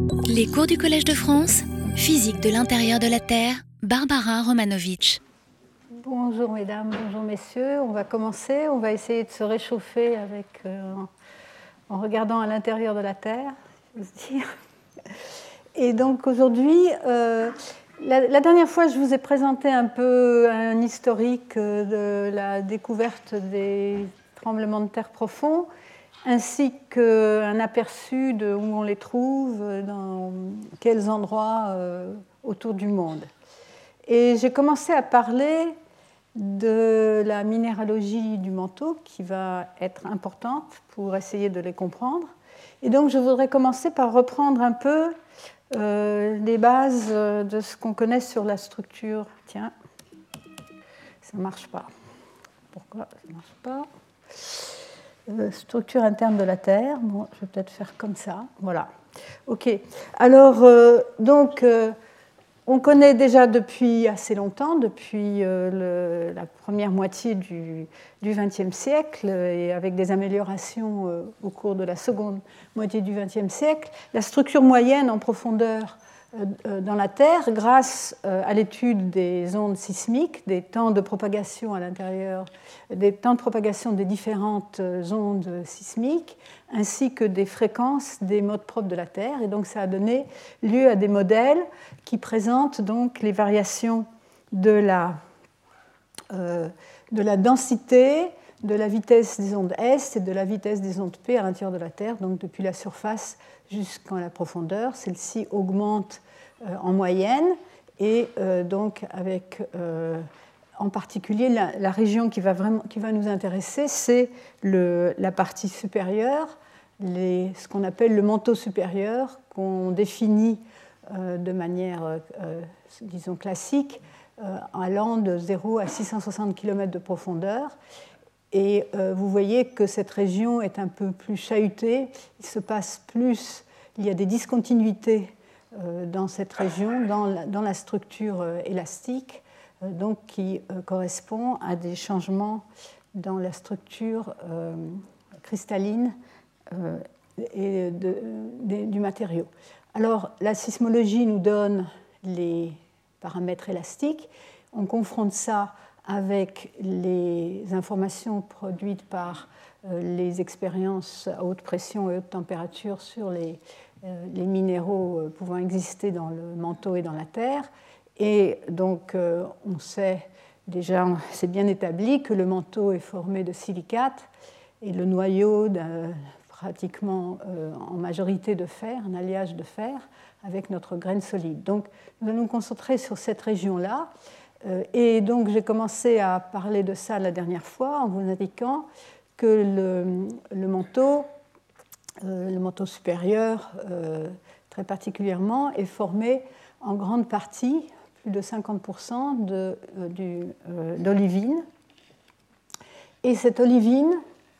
Les cours du Collège de France, physique de l'intérieur de la Terre, Barbara Romanovitch. Bonjour mesdames, bonjour messieurs. On va commencer, on va essayer de se réchauffer en regardant à l'intérieur de la Terre, si j'ose dire. Et donc aujourd'hui, la dernière fois, je vous ai présenté un peu un historique de la découverte des tremblements de terre profonds, ainsi qu'un aperçu de où on les trouve, dans quels endroits autour du monde. Et j'ai commencé à parler de la minéralogie du manteau, qui va être importante pour essayer de les comprendre. Et donc je voudrais commencer par reprendre un peu les bases de ce qu'on connaît sur la structure. Tiens, ça ne marche pas. Pourquoi ça ne marche pas ? Structure interne de la Terre. Bon, je vais peut-être faire comme ça. Voilà. OK. Alors, on connaît déjà depuis assez longtemps, depuis la première moitié du XXe siècle, et avec des améliorations au cours de la seconde moitié du XXe siècle, la structure moyenne en profondeur dans la Terre, grâce à l'étude des ondes sismiques, des temps de propagation à l'intérieur, des temps de propagation des différentes ondes sismiques, ainsi que des fréquences des modes propres de la Terre. Et donc ça a donné lieu à des modèles qui présentent donc les variations de la densité, de la vitesse des ondes S et de la vitesse des ondes P à l'intérieur de la Terre, donc depuis la surface jusqu'à la profondeur. Celle-ci augmente en moyenne, et donc avec en particulier la région qui va nous intéresser, c'est la partie supérieure, ce qu'on appelle le manteau supérieur, qu'on définit de manière, disons, classique, allant de 0 à 660 km de profondeur. Et vous voyez que cette région est un peu plus chahutée, il se passe plus, il y a des discontinuités dans cette région, dans la structure élastique, donc qui correspond à des changements dans la structure cristalline du matériau. Alors, la sismologie nous donne les paramètres élastiques. On confronte ça avec les informations produites par les expériences à haute pression et haute température sur les minéraux pouvant exister dans le manteau et dans la Terre. Et donc, on sait déjà, c'est bien établi que le manteau est formé de silicates et le noyau pratiquement en majorité de fer, un alliage de fer, avec notre graine solide. Donc, nous allons nous concentrer sur cette région-là. Et donc, j'ai commencé à parler de ça la dernière fois en vous indiquant que le manteau supérieur, très particulièrement, est formé en grande partie, plus de 50%, d'olivine. Et cette olivine,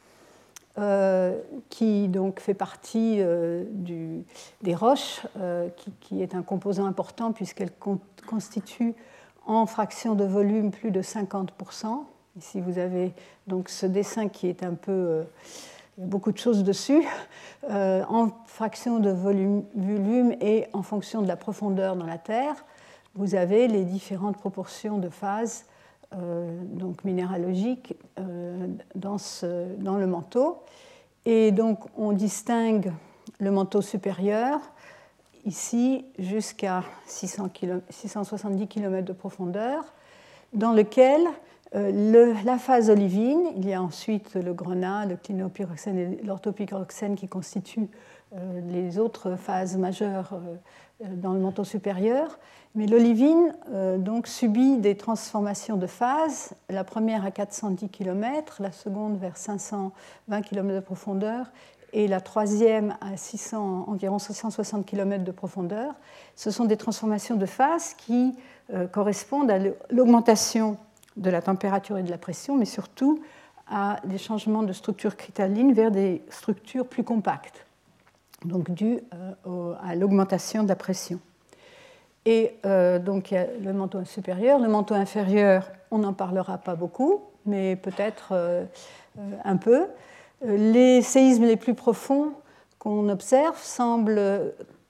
qui donc fait partie des roches, qui est un composant important puisqu'elle constitue en fraction de volume plus de 50%. Ici, vous avez donc ce dessin qui est un peu... il y a beaucoup de choses dessus. En fraction de volume et en fonction de la profondeur dans la Terre, vous avez les différentes proportions de phases donc minéralogiques dans le manteau. Et donc, on distingue le manteau supérieur, ici, jusqu'à 670 km de profondeur, dans lequel la phase olivine, il y a ensuite le grenat, le clinopyroxène et l'orthopyroxène qui constituent les autres phases majeures dans le manteau supérieur. Mais l'olivine donc, subit des transformations de phase, la première à 410 km, la seconde vers 520 km de profondeur et la troisième à environ 660 km de profondeur. Ce sont des transformations de phase qui correspondent à l'augmentation de la température et de la pression, mais surtout à des changements de structure cristalline vers des structures plus compactes, donc dues à l'augmentation de la pression. Et donc il y a le manteau supérieur. Le manteau inférieur, on n'en parlera pas beaucoup, mais peut-être un peu. Les séismes les plus profonds qu'on observe semblent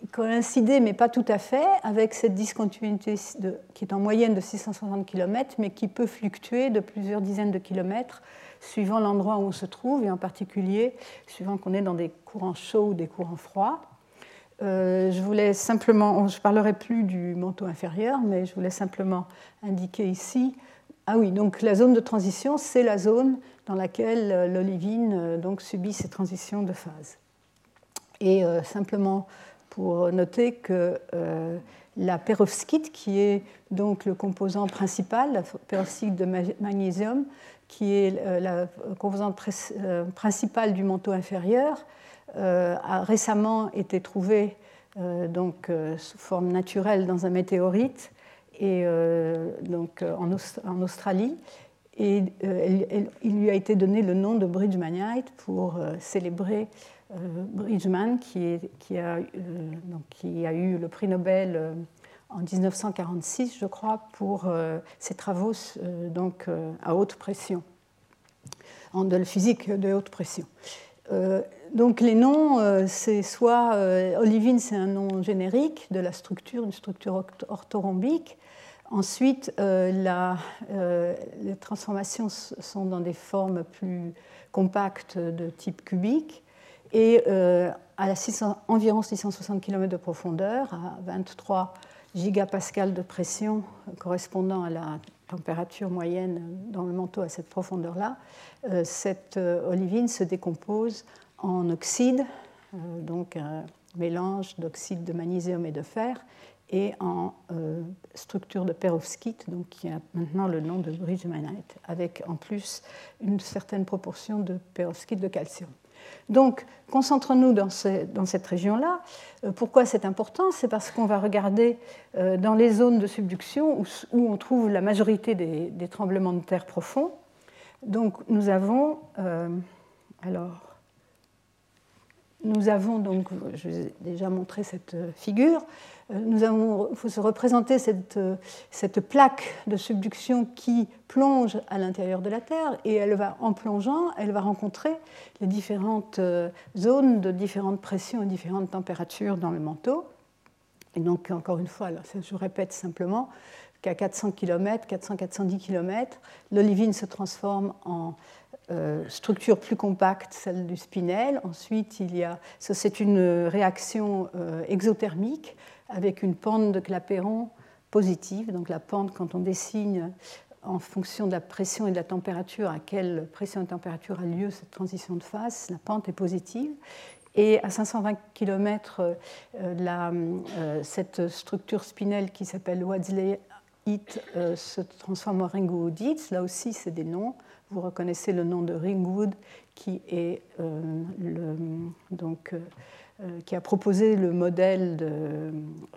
coïncider, mais pas tout à fait, avec cette discontinuité qui est en moyenne de 660 km, mais qui peut fluctuer de plusieurs dizaines de kilomètres suivant l'endroit où on se trouve, et en particulier suivant qu'on est dans des courants chauds ou des courants froids. Je voulais simplement, je ne parlerai plus du manteau inférieur, mais je voulais simplement indiquer ici. Ah oui, donc la zone de transition, c'est la zone dans laquelle l'olivine donc subit ces transitions de phase. Et simplement pour noter que la pérovskite, qui est donc le composant principal, la pérovskite de magnésium, qui est la composante principale du manteau inférieur, a récemment été trouvée donc, sous forme naturelle dans un météorite et, donc, en Australie. Et il lui a été donné le nom de Bridgmanite pour célébrer Bridgman, qui a eu le prix Nobel en 1946, je crois, pour ses travaux donc, à haute pression, de la physique de haute pression. Donc les noms, c'est soit olivine, c'est un nom générique de la structure, une structure orthorhombique. Ensuite, les transformations sont dans des formes plus compactes de type cubique. Et à environ 660 km de profondeur, à 23 gigapascales de pression correspondant à la température moyenne dans le manteau à cette profondeur-là, cette olivine se décompose en oxyde, donc un mélange d'oxyde de magnésium et de fer, et en structure de pérovskite, donc qui a maintenant le nom de Bridgmanite, avec en plus une certaine proportion de pérovskite de calcium. Donc, concentrons-nous dans cette région-là. Pourquoi c'est important? C'est parce qu'on va regarder dans les zones de subduction où on trouve la majorité des tremblements de terre profonds. Donc, nous avons donc, je vous ai déjà montré cette figure. Il faut se représenter cette plaque de subduction qui plonge à l'intérieur de la Terre, et en plongeant, elle va rencontrer les différentes zones de différentes pressions et différentes températures dans le manteau. Et donc, encore une fois, alors, je répète simplement qu'à 400 km, 400-410 km, l'olivine se transforme en structure plus compacte, celle du spinel. Ensuite, c'est une réaction exothermique avec une pente de Clapeyron positive. Donc la pente, quand on dessine en fonction de la pression et de la température, à quelle pression et température a lieu cette transition de phase, la pente est positive. Et à 520 km, cette structure spinelle qui s'appelle Wadsleyite se transforme en Ringwoodite. Là aussi, c'est des noms. Vous reconnaissez le nom de Ringwood, qui a proposé le modèle de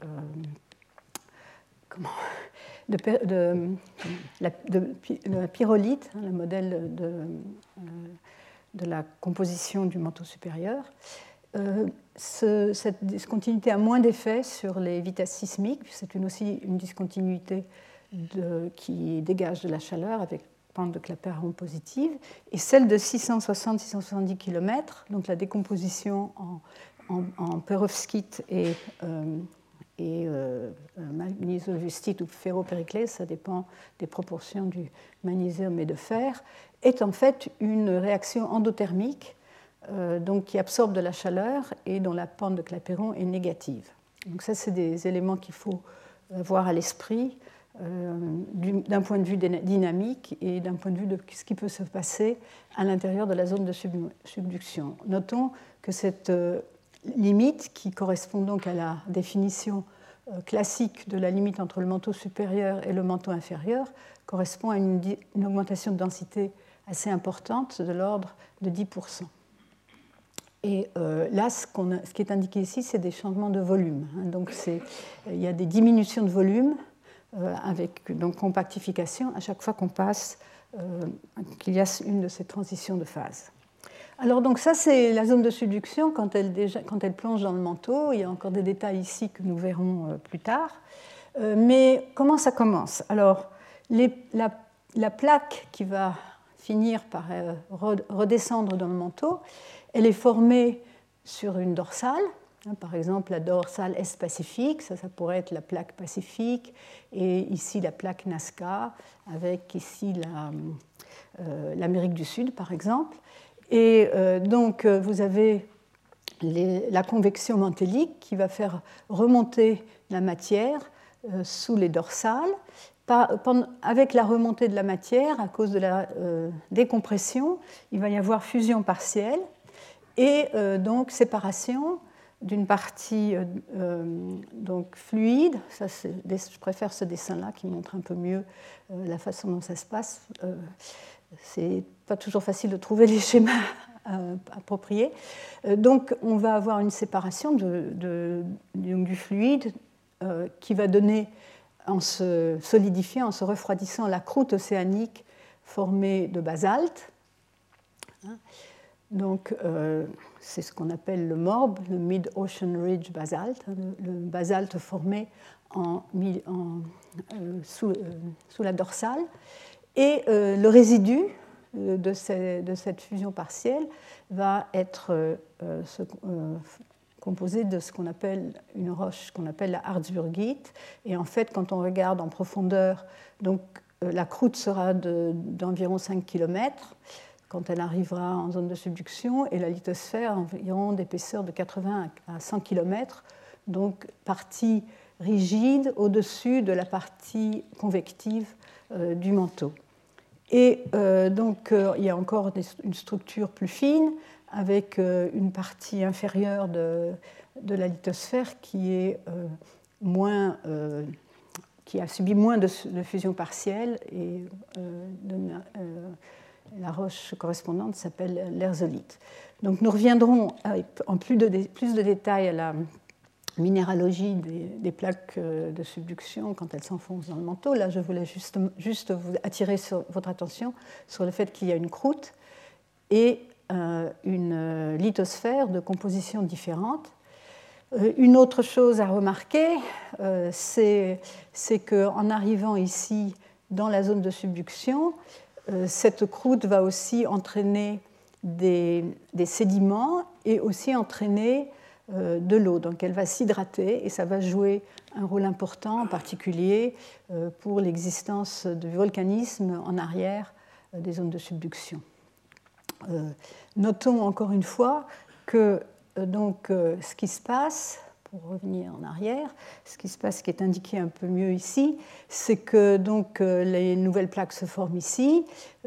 la pyrolite, le modèle de la composition du manteau supérieur. Cette discontinuité a moins d'effet sur les vitesses sismiques. C'est aussi une discontinuité qui dégage de la chaleur avec pente de Clapeyron positive. Et celle de 660-670 km, donc la décomposition en pérovskite et magnésiolustite ou ferropériclès, ça dépend des proportions du magnésium et de fer, est en fait une réaction endothermique donc qui absorbe de la chaleur et dont la pente de Clapeyron est négative. Donc ça, c'est des éléments qu'il faut avoir à l'esprit d'un point de vue dynamique et d'un point de vue de ce qui peut se passer à l'intérieur de la zone de subduction. Notons que cette limite, qui correspond donc à la définition classique de la limite entre le manteau supérieur et le manteau inférieur, correspond à une augmentation de densité assez importante de l'ordre de 10%. Et là, ce qui est indiqué ici, c'est des changements de volume. Donc il y a des diminutions de volume avec donc compactification à chaque fois qu'il y a une de ces transitions de phase. Alors donc ça, c'est la zone de subduction quand elle plonge dans le manteau. Il y a encore des détails ici que nous verrons plus tard. Mais comment ça commence? Alors la plaque qui va finir par redescendre dans le manteau, elle est formée sur une dorsale Par exemple, la dorsale Est-Pacifique, ça pourrait être la plaque Pacifique, et ici la plaque Nazca, avec ici l'Amérique du Sud, par exemple. Et donc, vous avez la convection mantélique qui va faire remonter la matière sous les dorsales. Avec la remontée de la matière, à cause de la décompression, il va y avoir fusion partielle et donc séparation d'une partie donc fluide. Ça, je préfère ce dessin-là qui montre un peu mieux la façon dont ça se passe. C'est pas toujours facile de trouver les schémas appropriés. Donc, on va avoir une séparation du fluide qui va donner, en se solidifiant, en se refroidissant, la croûte océanique formée de basalte. Donc, c'est ce qu'on appelle le MORB, le Mid-Ocean Ridge Basalt, le basalte formé sous la dorsale. Et le résidu de cette fusion partielle va être composé de ce qu'on appelle une roche qu'on appelle la harzburgite. Et en fait, quand on regarde en profondeur, donc, la croûte sera d'environ 5 km quand elle arrivera en zone de subduction, et la lithosphère environ d'épaisseur de 80 à 100 km, donc partie rigide au-dessus de la partie convective du manteau. Et donc, il y a encore une structure plus fine avec une partie inférieure de la lithosphère qui a subi moins de fusion partielle, et la roche correspondante s'appelle l'erzolite. Donc, nous reviendrons en plus de détails à la minéralogie des plaques de subduction quand elles s'enfoncent dans le manteau. Là, je voulais juste vous attirer votre attention sur le fait qu'il y a une croûte et une lithosphère de composition différente. Une autre chose à remarquer, c'est qu'en arrivant ici dans la zone de subduction, cette croûte va aussi entraîner des sédiments et aussi entraîner de l'eau. Donc elle va s'hydrater et ça va jouer un rôle important, en particulier pour l'existence du volcanisme en arrière des zones de subduction. Notons encore une fois que ce qui se passe, pour revenir en arrière, ce qui se passe, qui est indiqué un peu mieux ici, c'est que les nouvelles plaques se forment ici,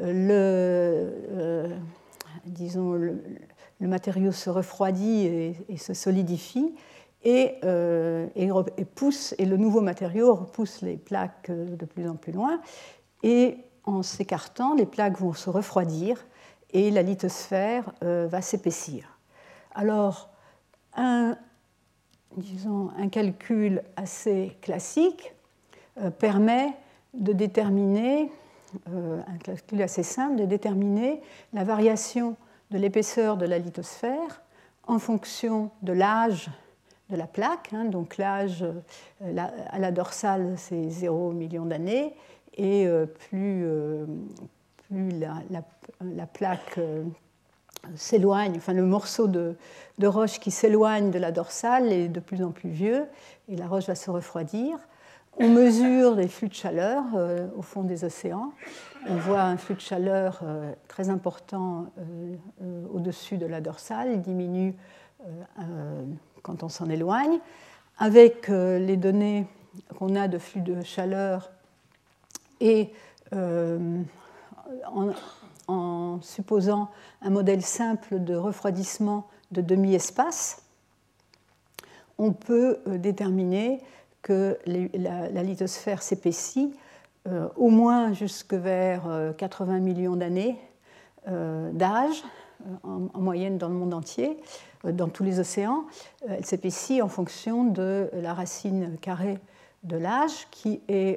le matériau se refroidit et se solidifie, et le nouveau matériau repousse les plaques de plus en plus loin, et en s'écartant, les plaques vont se refroidir et la lithosphère va s'épaissir. Alors, un calcul assez classique permet de déterminer, un calcul assez simple, de déterminer la variation de l'épaisseur de la lithosphère en fonction de l'âge de la plaque. Donc l'âge à la dorsale, c'est 0 million d'années, et plus la plaque s'éloigne, enfin le morceau de roche qui s'éloigne de la dorsale est de plus en plus vieux, et la roche va se refroidir. On mesure les flux de chaleur au fond des océans. On voit un flux de chaleur très important au-dessus de la dorsale. Il diminue quand on s'en éloigne. Avec les données qu'on a de flux de chaleur et en supposant un modèle simple de refroidissement de demi-espace, on peut déterminer que la lithosphère s'épaissit au moins jusque vers 80 millions d'années d'âge, en moyenne dans le monde entier, dans tous les océans. Elle s'épaissit en fonction de la racine carrée de l'âge, qui est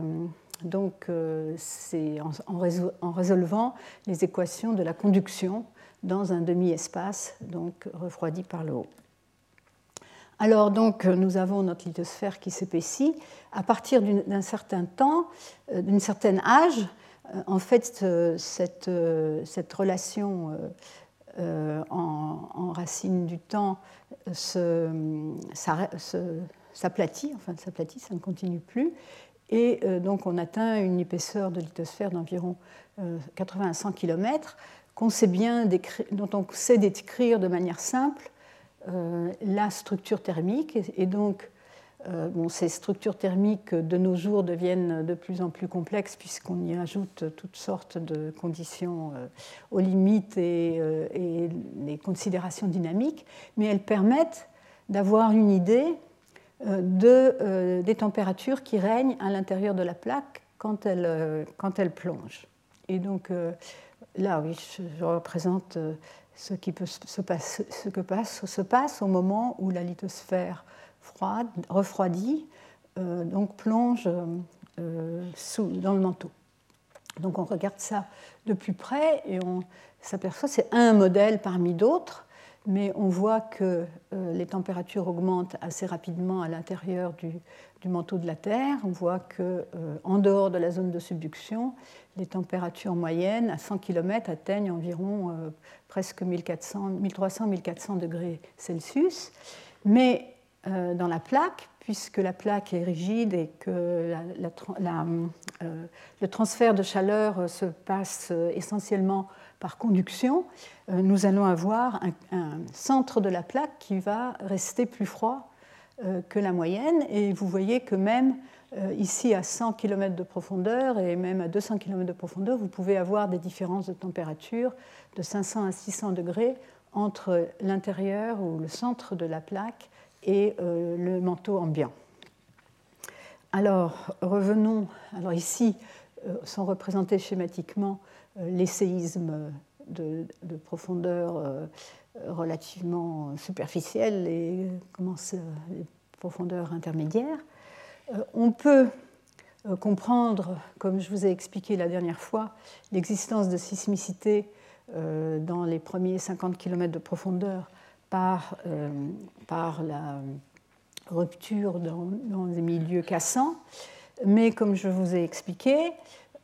c'est en résolvant les équations de la conduction dans un demi-espace, donc refroidi par le haut. Alors donc, nous avons notre lithosphère qui s'épaissit. À partir d'un certain temps, d'un certain âge, en fait, cette relation en racine du temps s'aplatit, ça ne continue plus. Et donc on atteint une épaisseur de lithosphère d'environ 80 à 100 km, dont on sait décrire de manière simple la structure thermique. Et donc, ces structures thermiques de nos jours deviennent de plus en plus complexes puisqu'on y ajoute toutes sortes de conditions aux limites et les considérations dynamiques, mais elles permettent d'avoir une idée des températures qui règnent à l'intérieur de la plaque quand elle plonge. Et donc là, oui, je représente ce qui se passe au moment où la lithosphère refroidie, donc plonge dans le manteau. Donc on regarde ça de plus près et on s'aperçoit, c'est un modèle parmi d'autres, mais on voit que les températures augmentent assez rapidement à l'intérieur du manteau de la Terre. On voit qu'en dehors de la zone de subduction, les températures moyennes à 100 km atteignent environ presque 1300-1400 degrés Celsius. Mais dans la plaque, puisque la plaque est rigide et que le transfert de chaleur se passe essentiellement par conduction, nous allons avoir un centre de la plaque qui va rester plus froid que la moyenne. Et vous voyez que même ici à 100 km de profondeur et même à 200 km de profondeur, vous pouvez avoir des différences de température de 500 à 600 degrés entre l'intérieur ou le centre de la plaque et le manteau ambiant. Alors, revenons. Alors ici sont représentés schématiquement les séismes de profondeur relativement superficielle et les profondeurs intermédiaires. On peut comprendre, comme je vous ai expliqué la dernière fois, l'existence de sismicité dans les premiers 50 km de profondeur par la rupture dans des milieux cassants. Mais comme je vous ai expliqué,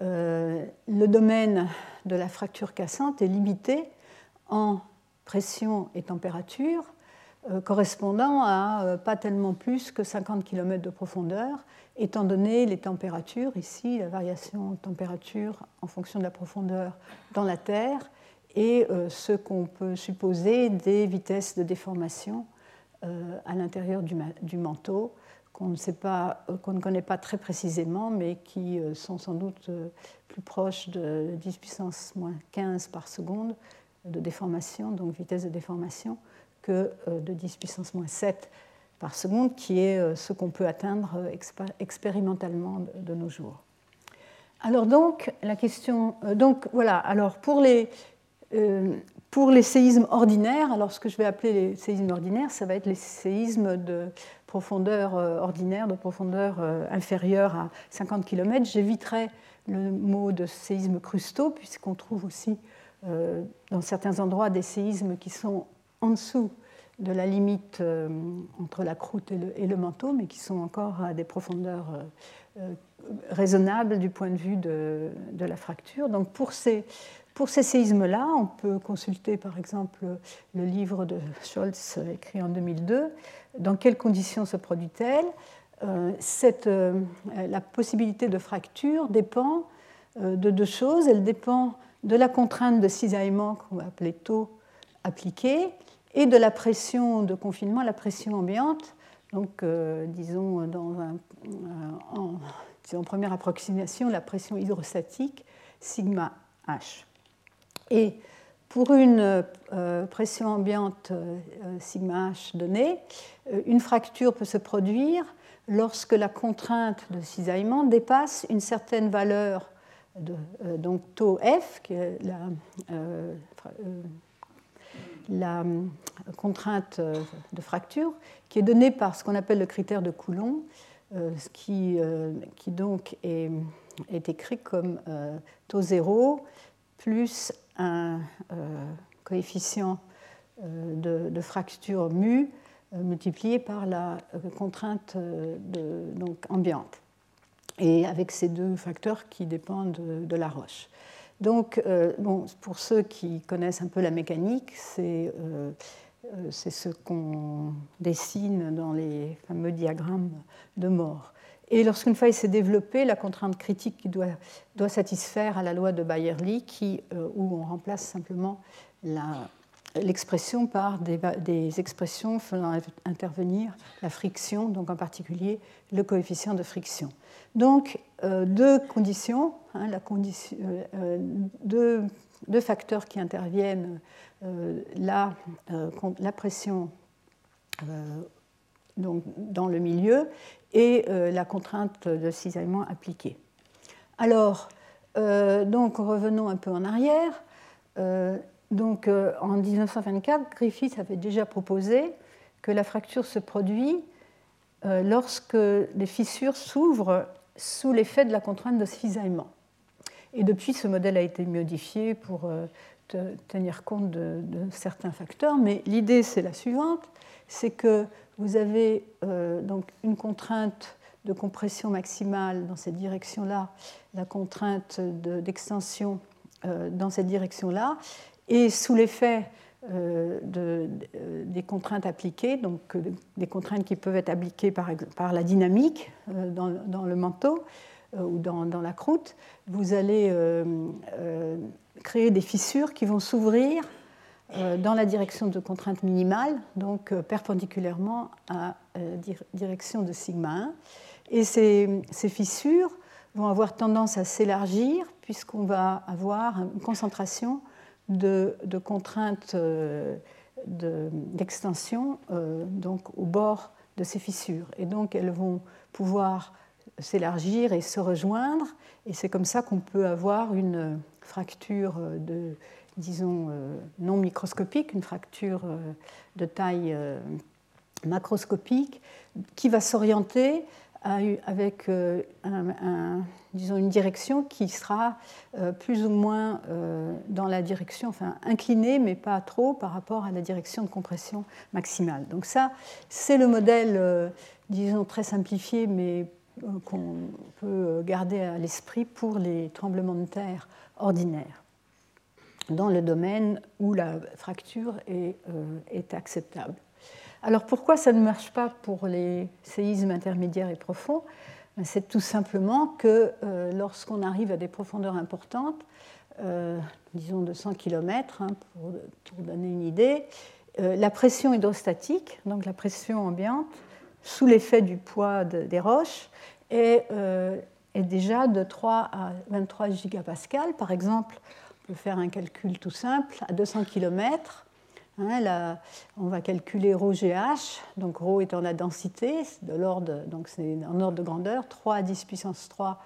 le domaine de la fracture cassante est limité en pression et température, correspondant à pas tellement plus que 50 km de profondeur, étant donné les températures, ici la variation de température en fonction de la profondeur dans la Terre, et ce qu'on peut supposer des vitesses de déformation à l'intérieur du manteau, qu'on ne connaît pas très précisément, mais qui sont sans doute plus proches de 10 puissance moins 15 par seconde de déformation, donc vitesse de déformation, que de 10 puissance moins 7 par seconde, qui est ce qu'on peut atteindre expérimentalement de nos jours. Alors donc, la question... donc voilà, alors pour les séismes ordinaires, alors ce que je vais appeler les séismes ordinaires, ça va être les séismes de profondeur ordinaire, de profondeur inférieure à 50 km. J'éviterai le mot de séismes crustaux, puisqu'on trouve aussi dans certains endroits des séismes qui sont en dessous de la limite entre la croûte et le manteau, mais qui sont encore à des profondeurs raisonnables du point de vue de la fracture. Donc pour ces séismes-là, on peut consulter par exemple le livre de Scholz écrit en 2002. Dans quelles conditions se produit-elle ? La possibilité de fracture dépend de deux choses. Elle dépend de la contrainte de cisaillement qu'on va appeler taux appliqué et de la pression de confinement, la pression ambiante. Donc, disons, en première approximation, la pression hydrostatique, sigma H. Et pour une pression ambiante sigma H donnée, une fracture peut se produire lorsque la contrainte de cisaillement dépasse une certaine valeur, donc taux F, qui est la contrainte de fracture, qui est donnée par ce qu'on appelle le critère de Coulomb, qui donc est écrit comme taux 0 plus un coefficient de fracture mu multiplié par la contrainte donc ambiante, et avec ces deux facteurs qui dépendent de la roche. Donc, pour ceux qui connaissent un peu la mécanique, c'est ce qu'on dessine dans les fameux diagrammes de Moore. Et lorsqu'une faille s'est développée, la contrainte critique qui doit satisfaire à la loi de Baeyer-Lee, où on remplace simplement l'expression par des expressions faisant intervenir la friction, donc en particulier le coefficient de friction. Donc, deux conditions, deux facteurs qui interviennent, la pression donc, dans le milieu et la contrainte de cisaillement appliquée. Alors, donc revenons un peu en arrière. En 1924, Griffith avait déjà proposé que la fracture se produit lorsque les fissures s'ouvrent sous l'effet de la contrainte de cisaillement. Et depuis, ce modèle a été modifié pour tenir compte de certains facteurs, mais l'idée, c'est la suivante, c'est que vous avez donc une contrainte de compression maximale dans cette direction-là, la contrainte d'extension dans cette direction-là, et sous l'effet des contraintes appliquées, donc des contraintes qui peuvent être appliquées par la dynamique dans le manteau ou dans la croûte, vous allez créer des fissures qui vont s'ouvrir dans la direction de contrainte minimale, donc perpendiculairement à la direction de sigma 1. Et ces fissures vont avoir tendance à s'élargir puisqu'on va avoir une concentration de contraintes d'extension donc au bord de ces fissures. Et donc elles vont pouvoir s'élargir et se rejoindre. Et c'est comme ça qu'on peut avoir une fracture disons, non microscopique, une fracture de taille macroscopique qui va s'orienter avec disons, une direction qui sera plus ou moins dans la direction, enfin inclinée, mais pas trop par rapport à la direction de compression maximale. Donc ça, c'est le modèle, disons, très simplifié, mais qu'on peut garder à l'esprit pour les tremblements de terre ordinaires, dans le domaine où la fracture est acceptable. Alors pourquoi ça ne marche pas pour les séismes intermédiaires et profonds? C'est tout simplement que lorsqu'on arrive à des profondeurs importantes, disons de 100 km, pour donner une idée, la pression hydrostatique, donc la pression ambiante, sous l'effet du poids des roches, est déjà de 3 à 23 gigapascales. Par exemple, on peut faire un calcul tout simple, à 200 km, là, on va calculer ρGH, donc ρ étant la densité, donc c'est en ordre de grandeur, 3 à 10 puissance 3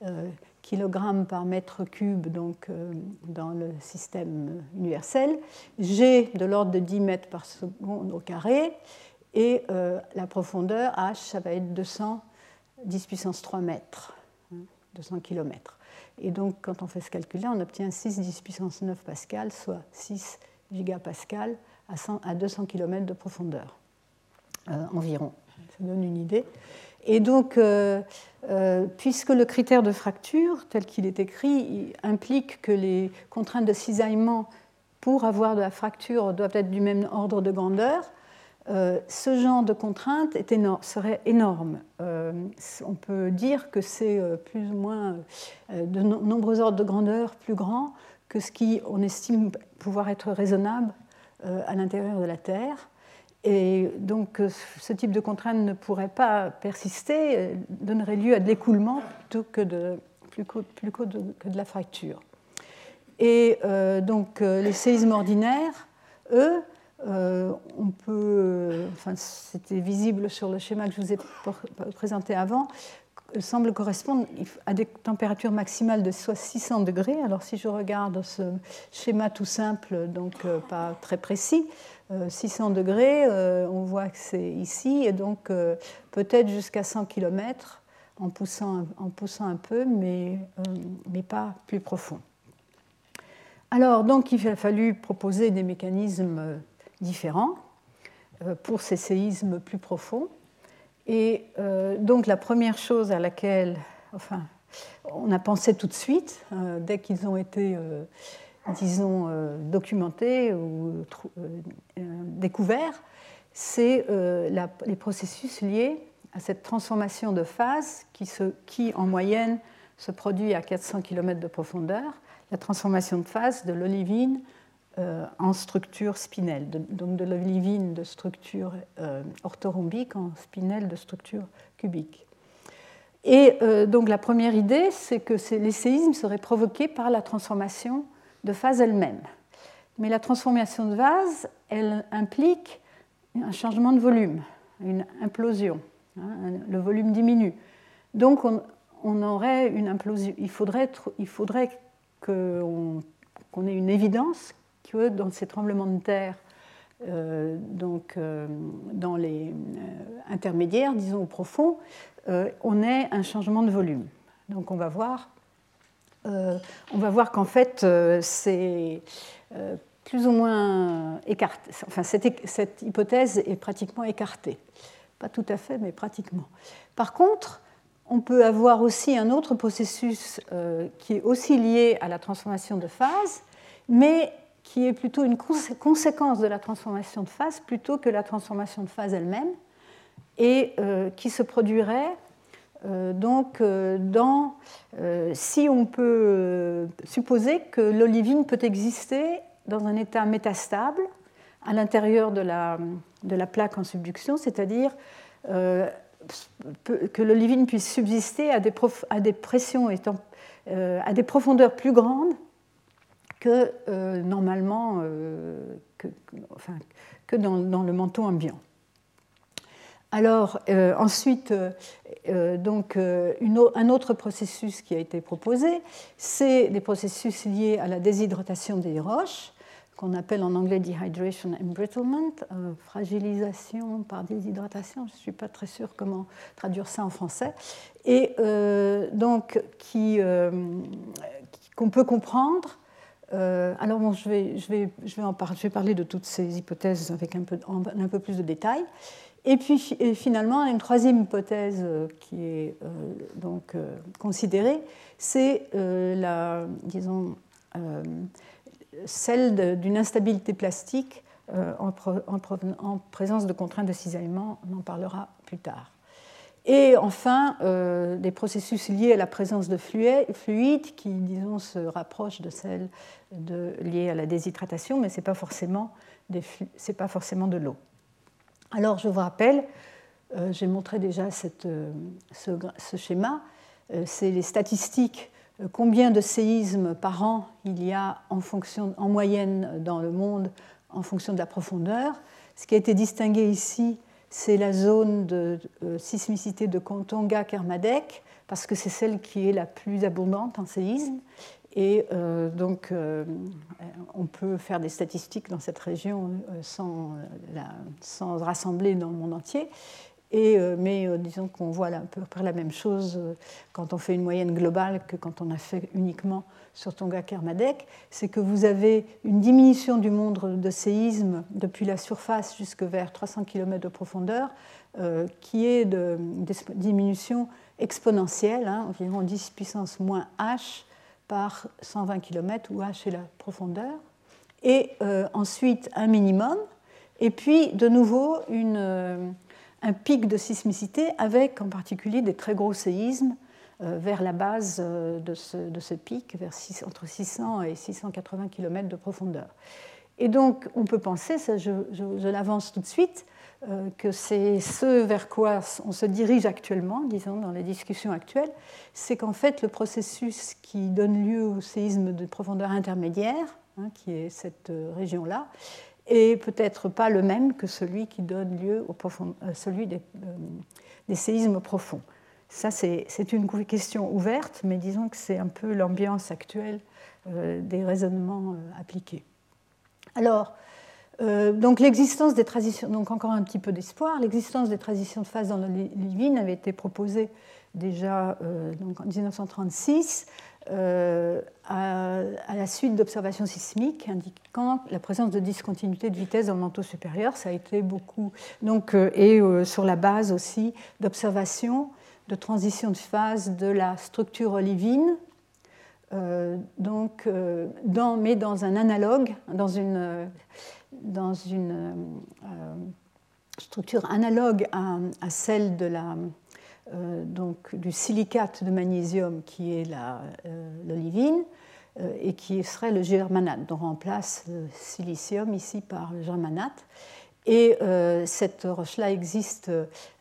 kg par mètre cube donc, dans le système universel, G de l'ordre de 10 mètres par seconde au carré, et la profondeur H, ça va être 200 10 puissance 3 mètres, 200 km. Et donc, quand on fait ce calcul-là, on obtient 6 10 puissance 9 pascal, soit 6 gigapascal à 200 km de profondeur environ. Ça donne une idée. Et donc, puisque le critère de fracture, tel qu'il est écrit, implique que les contraintes de cisaillement pour avoir de la fracture doivent être du même ordre de grandeur, ce genre de contrainte serait énorme. On peut dire que c'est plus ou moins de nombreux ordres de grandeur plus grands que ce qu'on estime pouvoir être raisonnable à l'intérieur de la Terre. Et donc ce type de contrainte ne pourrait pas persister, donnerait lieu à de l'écoulement plutôt que de la fracture. Et donc les séismes ordinaires, eux, c'était visible sur le schéma que je vous ai présenté avant, semble correspondre à des températures maximales de soit 600 degrés. Alors si je regarde ce schéma tout simple, donc pas très précis, 600 degrés, on voit que c'est ici, et donc peut-être jusqu'à 100 km en poussant un peu, mais pas plus profond. Alors donc il a fallu proposer des mécanismes différents pour ces séismes plus profonds. Et donc la première chose à laquelle on a pensé tout de suite, dès qu'ils ont été, disons, documentés ou découverts, c'est les processus liés à cette transformation de phase qui, en moyenne, se produit à 400 km de profondeur, la transformation de phase de l'olivine en structure spinelle, donc de l'olivine de structure orthorhombique en spinelle de structure cubique. Et donc la première idée, c'est que les séismes seraient provoqués par la transformation de phase elle-même. Mais la transformation de phase, elle implique un changement de volume, une implosion. Le volume diminue. Donc on aurait une implosion. Il faudrait qu'on ait une évidence que dans ces tremblements de terre, dans les intermédiaires, disons au profond, on ait un changement de volume. Donc on va voir qu'en fait c'est plus ou moins écarté. Enfin, cette hypothèse est pratiquement écartée. Pas tout à fait, mais pratiquement. Par contre, on peut avoir aussi un autre processus qui est aussi lié à la transformation de phase, mais qui est plutôt une conséquence de la transformation de phase plutôt que la transformation de phase elle-même, et qui se produirait si on peut supposer que l'olivine peut exister dans un état métastable à l'intérieur de la plaque en subduction, c'est-à-dire que l'olivine puisse subsister à des pressions à des profondeurs plus grandes que normalement que dans le manteau ambiant. Alors ensuite, un autre processus qui a été proposé, c'est des processus liés à la déshydratation des roches, qu'on appelle en anglais dehydration embrittlement, fragilisation par déshydratation, je ne suis pas très sûre comment traduire ça en français, et qu'on peut comprendre. Alors bon, je vais parler de toutes ces hypothèses avec un peu plus de détails. Et puis finalement, une troisième hypothèse qui est considérée, c'est celle d'une instabilité plastique en présence de contraintes de cisaillement. On en parlera plus tard. Et enfin, des processus liés à la présence de fluides qui, disons, se rapprochent de celles liées à la déshydratation, mais ce n'est pas forcément de l'eau. Alors, je vous rappelle, j'ai montré déjà ce schéma, c'est les statistiques, combien de séismes par an il y a en moyenne dans le monde en fonction de la profondeur. Ce qui a été distingué ici, c'est la zone de sismicité de Tonga-Kermadec, parce que c'est celle qui est la plus abondante en séisme. Et on peut faire des statistiques dans cette région sans rassembler dans le monde entier. Mais disons qu'on voit à peu près la même chose quand on fait une moyenne globale que quand on a fait uniquement sur Tonga-Kermadec. C'est que vous avez une diminution du nombre de séismes depuis la surface jusque vers 300 km de profondeur, qui est de diminution exponentielle, environ 10 puissance moins h par 120 km, où h est la profondeur, et ensuite un minimum, et puis de nouveau un pic de sismicité avec en particulier des très gros séismes vers la base de ce pic, entre 600 et 680 km de profondeur. Et donc on peut penser, ça je l'avance tout de suite, que c'est ce vers quoi on se dirige actuellement, disons, dans les discussions actuelles, c'est qu'en fait le processus qui donne lieu au séisme de profondeur intermédiaire, qui est cette région-là, est peut-être pas le même que celui qui donne lieu celui des séismes profonds. Ça, c'est une question ouverte, mais disons que c'est un peu l'ambiance actuelle des raisonnements appliqués. Alors, donc l'existence des transitions, donc encore un petit peu d'espoir, l'existence des transitions de phase dans l'olivine avait été proposée déjà en 1936 à la suite d'observations sismiques indiquant la présence de discontinuité de vitesse dans le manteau supérieur. Ça a été beaucoup, sur la base aussi d'observations de transition de phase de la structure olivine, mais dans un analogue, dans une structure analogue à celle de du silicate de magnésium qui est l'olivine et qui serait le germanate. Donc on remplace le silicium ici par le germanate. Et cette roche-là existe,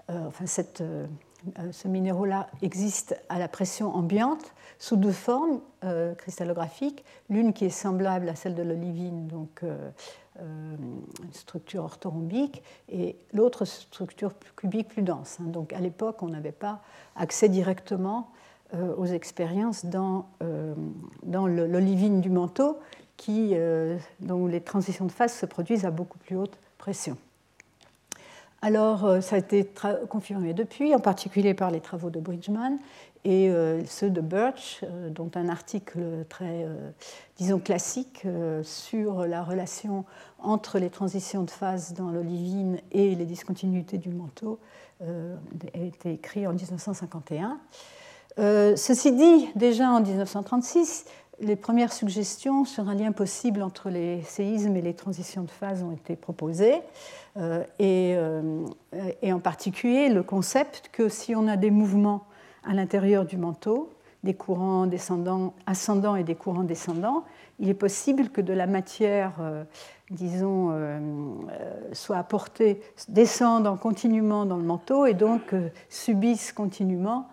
ce minéraux-là existe à la pression ambiante sous deux formes cristallographiques, l'une qui est semblable à celle de l'olivine, donc une structure orthorhombique, et l'autre structure cubique plus dense. Donc à l'époque, on n'avait pas accès directement aux expériences dans l'olivine du manteau, dont les transitions de phase se produisent à beaucoup plus haute pression. Alors, ça a été confirmé depuis, en particulier par les travaux de Bridgman et ceux de Birch, dont un article très, disons, classique sur la relation entre les transitions de phase dans l'olivine et les discontinuités du manteau a été écrit en 1951. Ceci dit, déjà en 1936, les premières suggestions sur un lien possible entre les séismes et les transitions de phase ont été proposées, et en particulier le concept que si on a des mouvements à l'intérieur du manteau, des courants ascendants et des courants descendants, il est possible que de la matière, soit apportée, descendant continuellement dans le manteau et donc subisse continuellement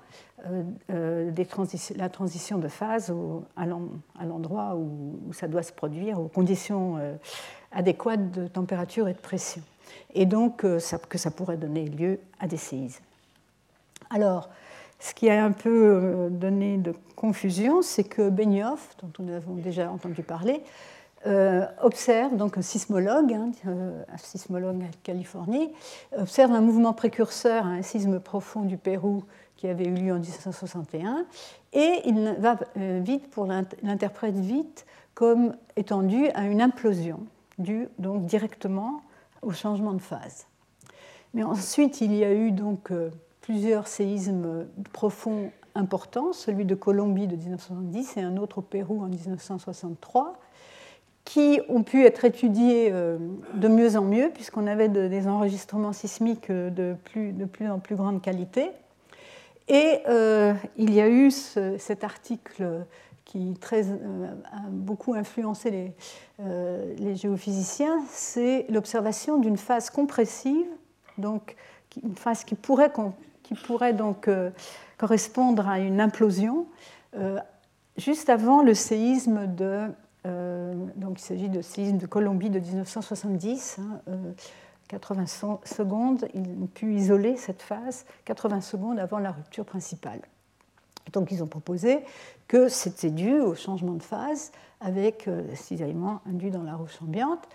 la transition de phase à l'endroit où ça doit se produire, aux conditions adéquates de température et de pression. Et donc que ça pourrait donner lieu à des séismes. Alors, ce qui a un peu donné de confusion, c'est que Benioff, dont nous avons déjà entendu parler, observe, donc un sismologue en Californie, observe un mouvement précurseur à un séisme profond du Pérou qui avait eu lieu en 1961, et il l'interprète vite comme étant dû à une implosion, due donc directement au changement de phase. Mais ensuite, il y a eu donc plusieurs séismes profonds importants, celui de Colombie de 1970 et un autre au Pérou en 1963, qui ont pu être étudiés de mieux en mieux, puisqu'on avait des enregistrements sismiques de plus en plus grande qualité. Et il y a eu cet article qui a beaucoup influencé les géophysiciens, c'est l'observation d'une phase compressive, donc une phase qui pourrait donc correspondre à une implosion, juste avant le séisme donc il s'agit de séisme de Colombie de 1970. 80 secondes, ils ont pu isoler cette phase 80 secondes avant la rupture principale. Donc ils ont proposé que c'était dû au changement de phase avec le cisaillement induit dans la roche ambiante.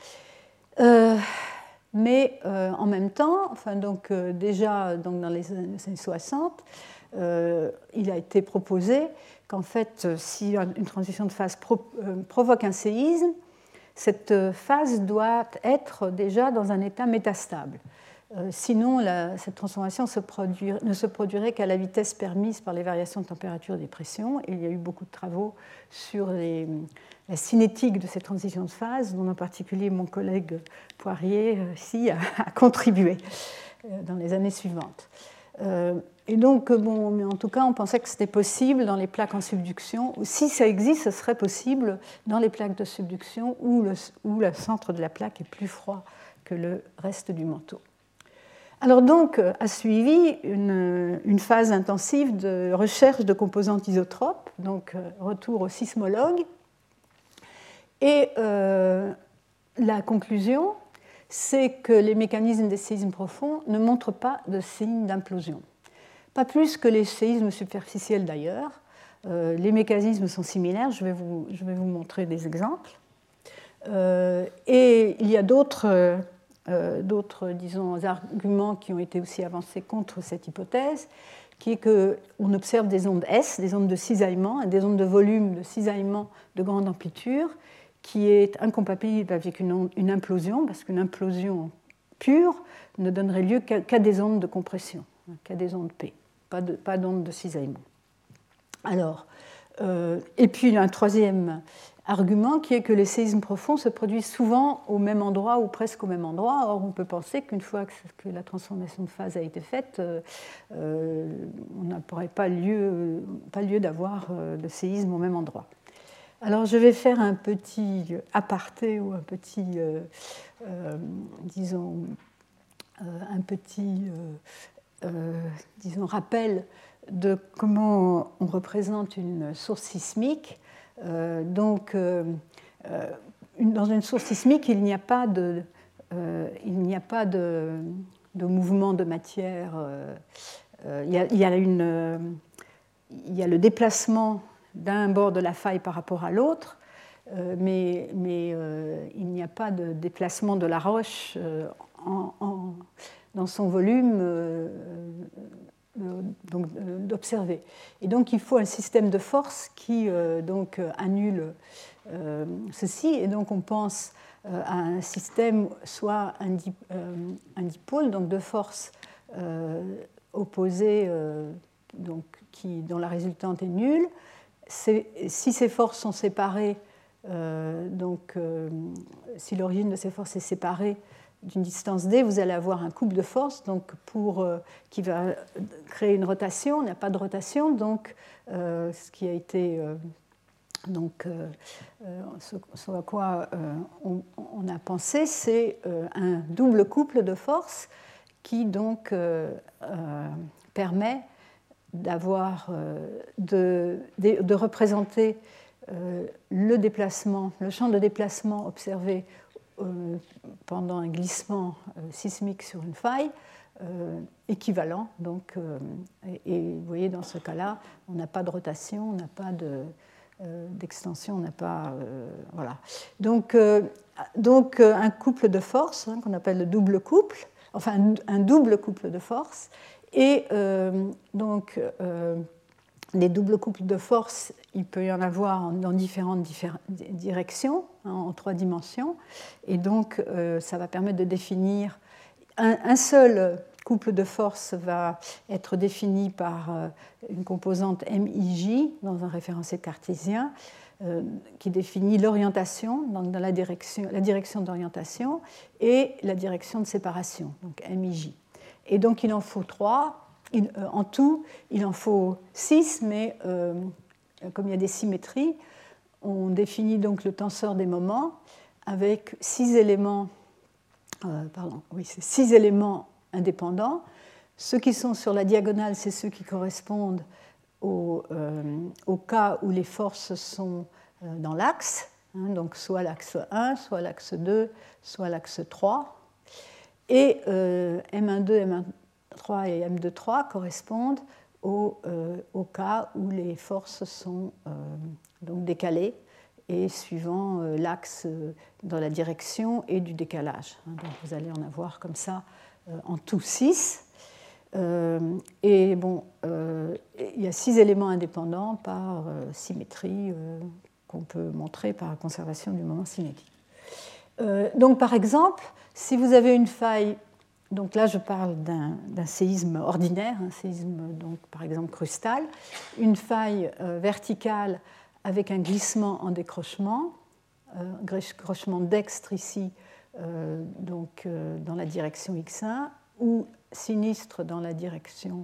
Mais en même temps, déjà dans les années 60, il a été proposé qu'en fait, si une transition de phase provoque un séisme, cette phase doit être déjà dans un état métastable. Sinon, cette transformation ne se produirait qu'à la vitesse permise par les variations de température et de pression. Et il y a eu beaucoup de travaux sur la cinétique de ces transitions de phase, dont en particulier mon collègue Poirier ici a contribué dans les années suivantes. Et donc, mais en tout cas, on pensait que c'était possible dans les plaques en subduction. Si ça existe, ce serait possible dans les plaques de subduction où le centre de la plaque est plus froid que le reste du manteau. Alors donc, a suivi une phase intensive de recherche de composantes isotropes, donc retour au sismologue. Et la conclusion, c'est que les mécanismes des séismes profonds ne montrent pas de signes d'implosion. Pas plus que les séismes superficiels d'ailleurs. Les mécanismes sont similaires, je vais vous montrer des exemples. Et il y a d'autres arguments qui ont été aussi avancés contre cette hypothèse, qui est qu'on observe des ondes S, des ondes de cisaillement, des ondes de volume de cisaillement de grande amplitude, qui est incompatible avec une implosion, parce qu'une implosion pure ne donnerait lieu qu'à des ondes de compression, qu'à des ondes P. pas d'onde de cisaillement. Alors, et puis un troisième argument qui est que les séismes profonds se produisent souvent au même endroit ou presque au même endroit. Or, on peut penser qu'une fois que la transformation de phase a été faite, on n'aurait pas lieu d'avoir de séisme au même endroit. Alors, je vais faire un petit aparté ou un petit, rappel de comment on représente une source sismique. Dans une source sismique, il n'y a pas de mouvement de matière. Il y a le déplacement d'un bord de la faille par rapport à l'autre, mais il n'y a pas de déplacement de la roche dans son volume d'observer. Et donc il faut un système de force qui annule ceci, et donc on pense à un système soit un dipôle, donc de forces opposées, dont la résultante est nulle. Si ces forces sont séparées, si l'origine de ces forces est séparée d'une distance d, vous allez avoir un couple de forces qui va créer une rotation. On n'a pas de rotation, donc ce qui a été ce à quoi on a pensé, c'est un double couple de forces qui donc permet de représenter le champ de déplacement observé pendant un glissement sismique sur une faille équivalent. Donc, et vous voyez, dans ce cas-là, on n'a pas de rotation, on n'a pas d'extension, on n'a pas... voilà. Donc, un couple de forces, qu'on appelle le double couple, enfin un double couple de forces. Et les doubles couples de forces, il peut y en avoir dans différentes directions, en 3 dimensions. Et donc, ça va permettre de définir... Un seul couple de forces va être défini par une composante MIJ dans un référentiel cartésien qui définit l'orientation, donc dans la direction d'orientation, et la direction de séparation, donc MIJ. Et donc, il en faut 3. En tout, il en faut 6, mais comme il y a des symétries, on définit donc le tenseur des moments avec 6 éléments, 6 éléments indépendants. Ceux qui sont sur la diagonale, c'est ceux qui correspondent au cas où les forces sont dans l'axe, donc soit l'axe 1, soit l'axe 2, soit l'axe 3. Et M1,2, M1,3 et M2,3 correspondent au cas où les forces sont donc décalées et suivant l'axe dans la direction et du décalage. Donc vous allez en avoir comme ça en tout 6. Et bon, il y a 6 éléments indépendants par symétrie qu'on peut montrer par la conservation du moment cinétique. Donc par exemple, si vous avez une faille, donc là je parle d'un séisme ordinaire, un séisme donc par exemple crustal, une faille verticale avec un glissement en décrochement, dextre ici, donc dans la direction x1, ou sinistre dans la direction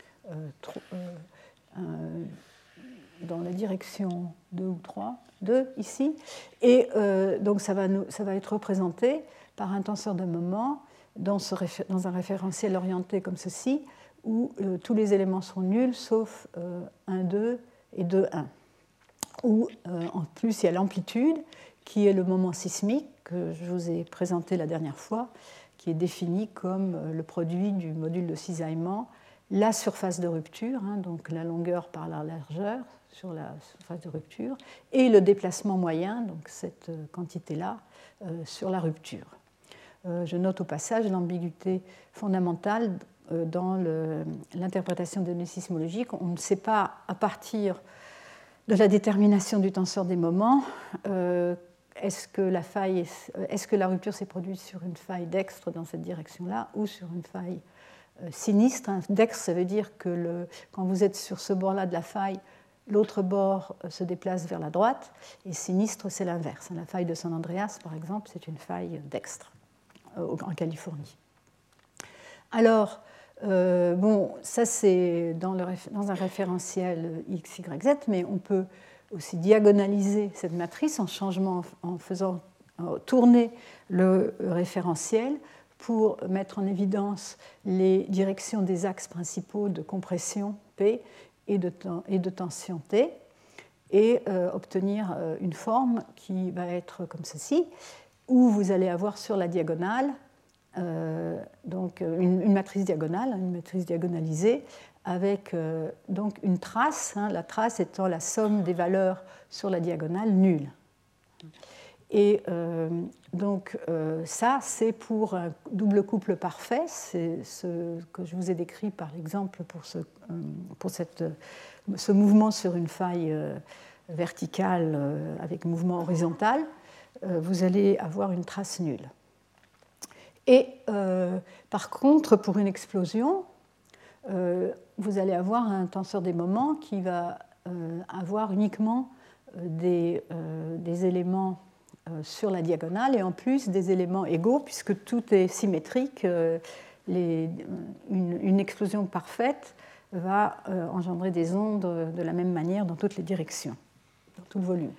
2 ou 3, 2 ici, et donc ça va être représenté par un tenseur de moment dans un référentiel orienté comme ceci, où tous les éléments sont nuls sauf 1, 2 et 2, 1. Où en plus il y a l'amplitude qui est le moment sismique que je vous ai présenté la dernière fois, qui est défini comme le produit du module de cisaillement, la surface de rupture, donc la longueur par la largeur sur la surface de rupture, et le déplacement moyen, donc cette quantité-là, sur la rupture. Je note au passage l'ambiguïté fondamentale dans l'interprétation des données sismologiques. On ne sait pas, à partir de la détermination du tenseur des moments, est-ce que la rupture s'est produite sur une faille dextre dans cette direction-là ou sur une faille sinistre. Dextre, ça veut dire que quand vous êtes sur ce bord-là de la faille, l'autre bord se déplace vers la droite, et sinistre, c'est l'inverse. La faille de San Andreas, par exemple, c'est une faille dextre en Californie. Alors, ça c'est dans un référentiel X, Y, Z, mais on peut aussi diagonaliser cette matrice en faisant tourner le référentiel pour mettre en évidence les directions des axes principaux de compression P et de tension T, et obtenir une forme qui va être comme ceci, où vous allez avoir sur la diagonale donc une matrice diagonale, une matrice diagonalisée, avec donc une trace, la trace étant la somme des valeurs sur la diagonale nulle. Et donc ça, c'est pour un double couple parfait, c'est ce que je vous ai décrit par exemple pour ce mouvement sur une faille verticale avec mouvement horizontal, vous allez avoir une trace nulle. Et par contre, pour une explosion, vous allez avoir un tenseur des moments qui va avoir uniquement des éléments sur la diagonale et en plus des éléments égaux, puisque tout est symétrique. Une explosion parfaite va engendrer des ondes de la même manière dans toutes les directions, dans tout le volume.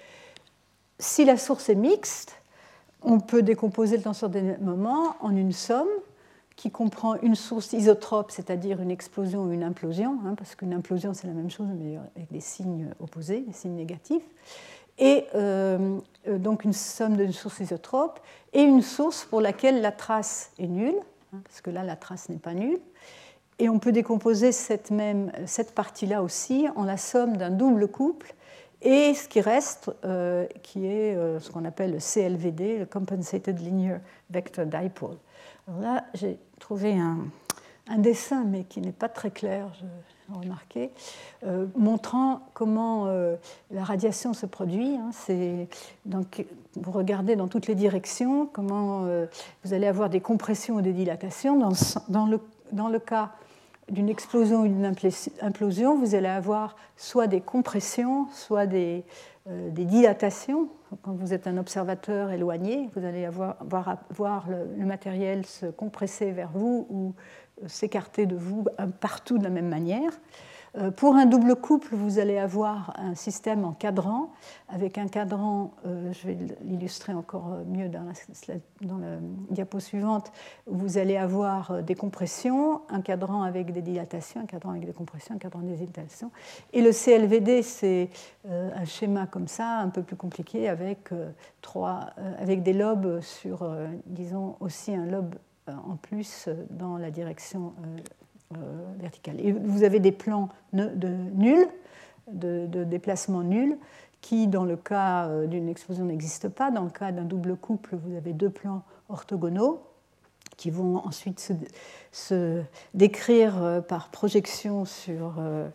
Si la source est mixte, on peut décomposer le tenseur des moments en une somme qui comprend une source isotrope, c'est-à-dire une explosion ou une implosion, parce qu'une implosion c'est la même chose mais avec des signes opposés, des signes négatifs, et donc une somme d'une source isotrope et une source pour laquelle la trace est nulle, parce que là la trace n'est pas nulle, et on peut décomposer cette partie-là aussi en la somme d'un double couple et ce qui reste, qui est ce qu'on appelle le CLVD, le Compensated Linear Vector Dipole. Alors là, j'ai trouvé un dessin, mais qui n'est pas très clair, j'ai remarqué, montrant comment la radiation se produit. Donc, vous regardez dans toutes les directions comment vous allez avoir des compressions ou des dilatations. Dans le cas d'une explosion ou d'une implosion, vous allez avoir soit des compressions, soit des dilatations. Quand vous êtes un observateur éloigné, vous allez voir le matériel se compresser vers vous ou s'écarter de vous partout de la même manière. Pour un double couple, vous allez avoir un système en cadran, avec un cadran, je vais l'illustrer encore mieux dans la diapo suivante, où vous allez avoir des compressions, un cadran avec des dilatations, un cadran avec des compressions, un cadran avec des dilatations. Et le CLVD, c'est un schéma comme ça, un peu plus compliqué, avec des lobes sur, disons, aussi un lobe en plus dans la direction verticale. Et vous avez des plans nuls, de déplacement nul, qui, dans le cas d'une explosion, n'existent pas. Dans le cas d'un double couple, vous avez deux plans orthogonaux qui vont ensuite se décrire par projection sur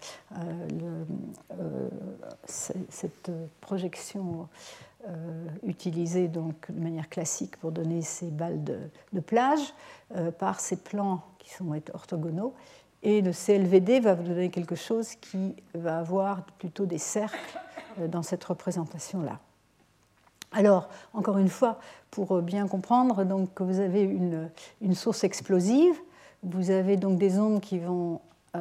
cette projection utilisée donc de manière classique pour donner ces balles de plage par ces plans qui sont orthogonaux. Et le CLVD va vous donner quelque chose qui va avoir plutôt des cercles dans cette représentation-là. Alors, encore une fois, pour bien comprendre, donc, vous avez une source explosive, vous avez donc des ondes qui vont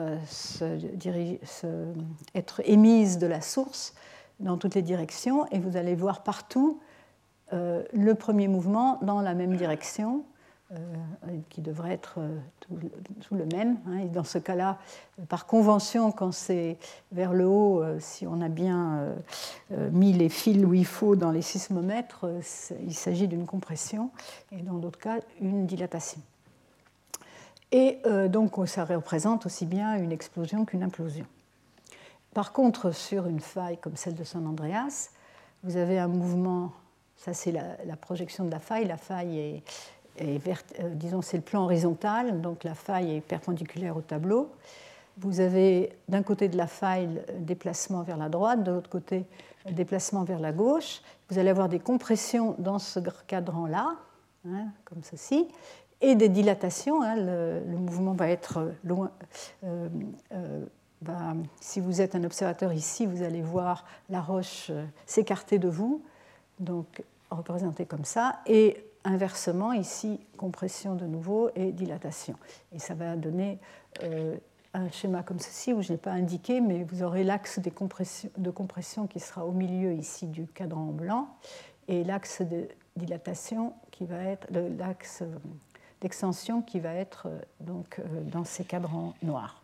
être émises de la source dans toutes les directions, et vous allez voir partout le premier mouvement dans la même direction, qui devrait être tout le même. Et dans ce cas-là, par convention, quand c'est vers le haut, si on a bien mis les fils où il faut dans les sismomètres, il s'agit d'une compression, et dans d'autres cas, une dilatation. Et donc, ça représente aussi bien une explosion qu'une implosion. Par contre, sur une faille comme celle de San Andreas, vous avez un mouvement, ça c'est la projection de la faille. La faille disons, c'est le plan horizontal, donc la faille est perpendiculaire au tableau. Vous avez d'un côté de la faille déplacement vers la droite, de l'autre côté déplacement vers la gauche. Vous allez avoir des compressions dans ce cadran-là, comme ceci, et des dilatations. Hein, le mouvement va être loin. Si vous êtes un observateur ici, vous allez voir la roche s'écarter de vous, donc représentée comme ça, et inversement, ici, compression de nouveau et dilatation. Et ça va donner un schéma comme ceci, où je n'ai pas indiqué, mais vous aurez l'axe de compression qui sera au milieu ici du cadran blanc, et l'axe de dilatation qui va être l'axe d'extension qui va être donc dans ces cadrans noirs.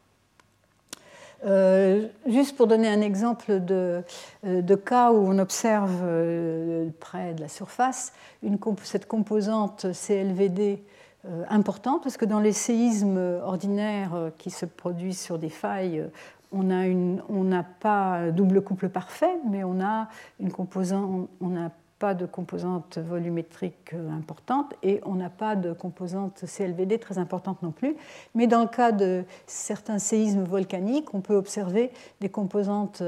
Juste pour donner un exemple de cas où on observe près de la surface cette composante CLVD importante, parce que dans les séismes ordinaires qui se produisent sur des failles, on n'a pas double couple parfait, mais on n'a pas de composante volumétrique importante et on n'a pas de composante CLVD très importante non plus. Mais dans le cas de certains séismes volcaniques, on peut observer des composantes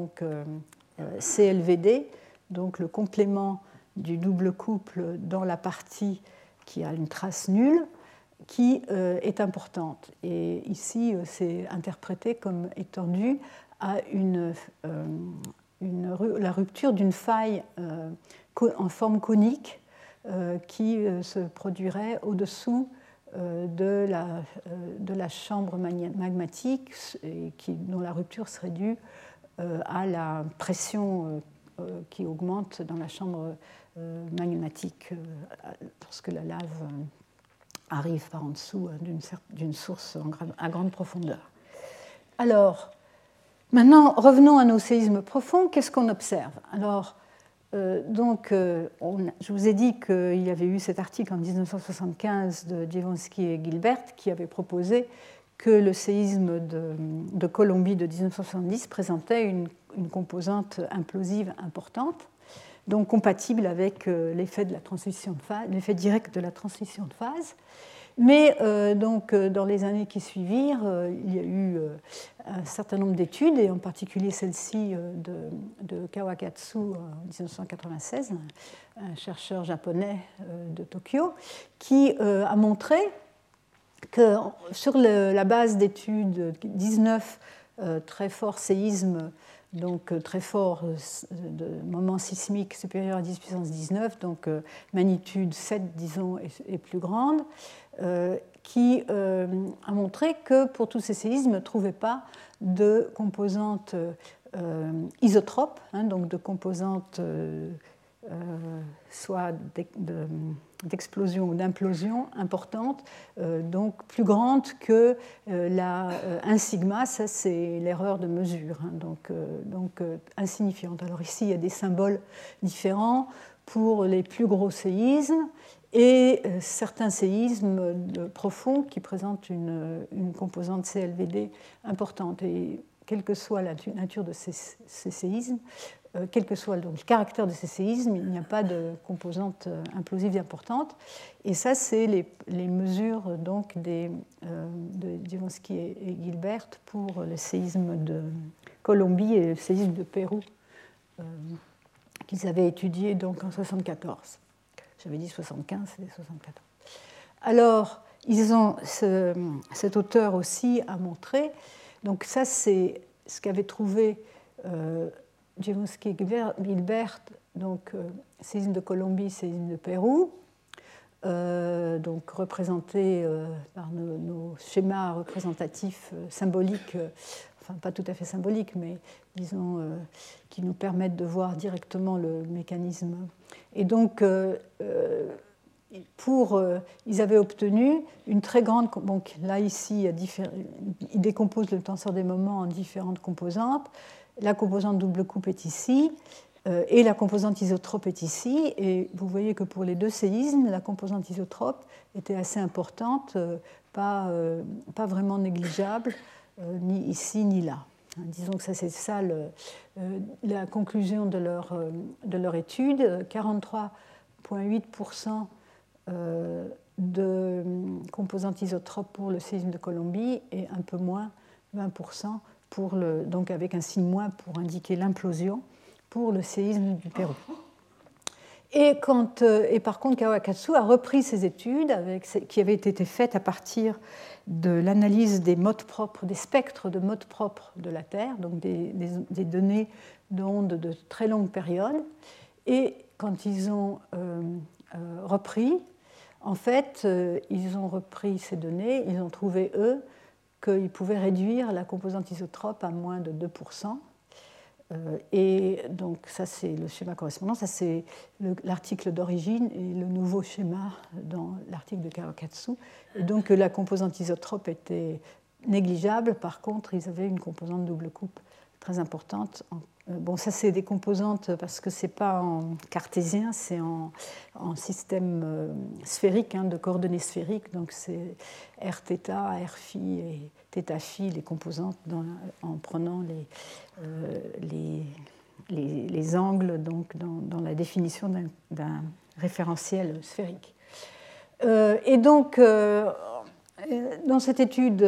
CLVD, donc le complément du double couple dans la partie qui a une trace nulle, qui est importante. Et ici, c'est interprété comme étant dû à la rupture d'une faille en forme conique qui se produirait au-dessous de la chambre magmatique et dont la rupture serait due à la pression qui augmente dans la chambre magmatique lorsque la lave arrive par en dessous d'une source à grande profondeur. Alors, maintenant, revenons à nos séismes profonds. Qu'est-ce qu'on observe? Alors, je vous ai dit qu'il y avait eu cet article en 1975 de Dziewonski et Gilbert qui avait proposé que le séisme de Colombie de 1970 présentait une composante implosive importante, donc compatible avec l'effet de la transition de phase, l'effet direct de la transition de phase. Mais dans les années qui suivirent, il y a eu un certain nombre d'études, et en particulier celle-ci de Kawakatsu en 1996, un chercheur japonais de Tokyo, qui a montré que sur la base d'études 19 très forts séismes, donc très forts de moments sismiques supérieurs à 10 puissance 19, donc magnitude 7, disons, et plus grande, qui a montré que pour tous ces séismes, ne trouvait pas de composantes isotropes, hein, donc de composantes soit d'explosion ou d'implosion importantes, donc plus grandes que la 1 sigma, ça c'est l'erreur de mesure, hein, donc insignifiante. Alors ici, il y a des symboles différents pour les plus gros séismes et certains séismes profonds qui présentent une composante CLVD importante. Et quelle que soit la nature de ces séismes, quel que soit donc le caractère de ces séismes, il n'y a pas de composante implosive importante. Et ça, c'est les mesures donc, de Dziewonski et Gilbert pour le séisme de Colombie et le séisme de Pérou qu'ils avaient étudié donc, en 1974. J'avais dit 75, c'était 74. Alors, cet auteur aussi a montré, donc ça c'est ce qu'avait trouvé Dziewonski et Gilbert, donc séisme de Colombie, séisme de Pérou, donc représenté par nos schémas représentatifs symboliques, enfin pas tout à fait symboliques, mais disons qui nous permettent de voir directement le mécanisme. Et donc, ils avaient obtenu une très grande... Donc là, ici, ils décomposent le tenseur des moments en différentes composantes. La composante double coupe est ici, et la composante isotrope est ici. Et vous voyez que pour les deux séismes, la composante isotrope était assez importante, pas vraiment négligeable, ni ici ni là. Disons que ça, c'est ça la conclusion de leur étude. 43,8% de composantes isotropes pour le séisme de Colombie et un peu moins, 20%, donc avec un signe moins pour indiquer l'implosion pour le séisme du Pérou. Et par contre, Kawakatsu a repris ces études qui avaient été faites à partir de l'analyse des modes propres, des spectres de modes propres de la Terre, donc des données d'ondes de très longue période. Et quand ils ont repris, en fait, ils ont repris ces données, ils ont trouvé, eux, qu'ils pouvaient réduire la composante isotrope à moins de 2%. Et donc ça c'est le schéma correspondant, ça c'est l'article d'origine et le nouveau schéma dans l'article de Kawakatsu. Et donc la composante isotrope était négligeable, par contre ils avaient une composante double coupe très importante. Bon, ça c'est des composantes parce que c'est pas en cartésien, c'est en système sphérique, de coordonnées sphériques, donc c'est Rθ, Rφ et θφ, les composantes en prenant les angles donc, dans la définition d'un référentiel sphérique. Et donc, dans cette étude,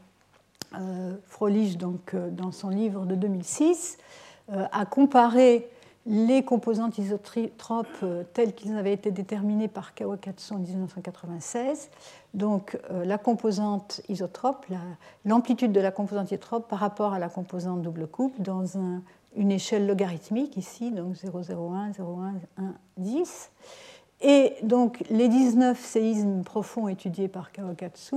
Froelich, donc, dans son livre de 2006, a comparé les composantes isotropes telles qu'ils avaient été déterminées par Kawakatsu en 1996, donc la composante isotrope, l'amplitude de la composante isotrope par rapport à la composante double couple dans une échelle logarithmique ici, donc 0,01, 0,1, 1, 10. Et donc les 19 séismes profonds étudiés par Kawakatsu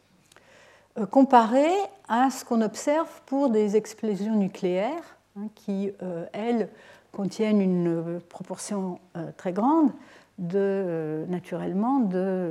comparés à ce qu'on observe pour des explosions nucléaires qui, elles, contiennent une proportion très grande naturellement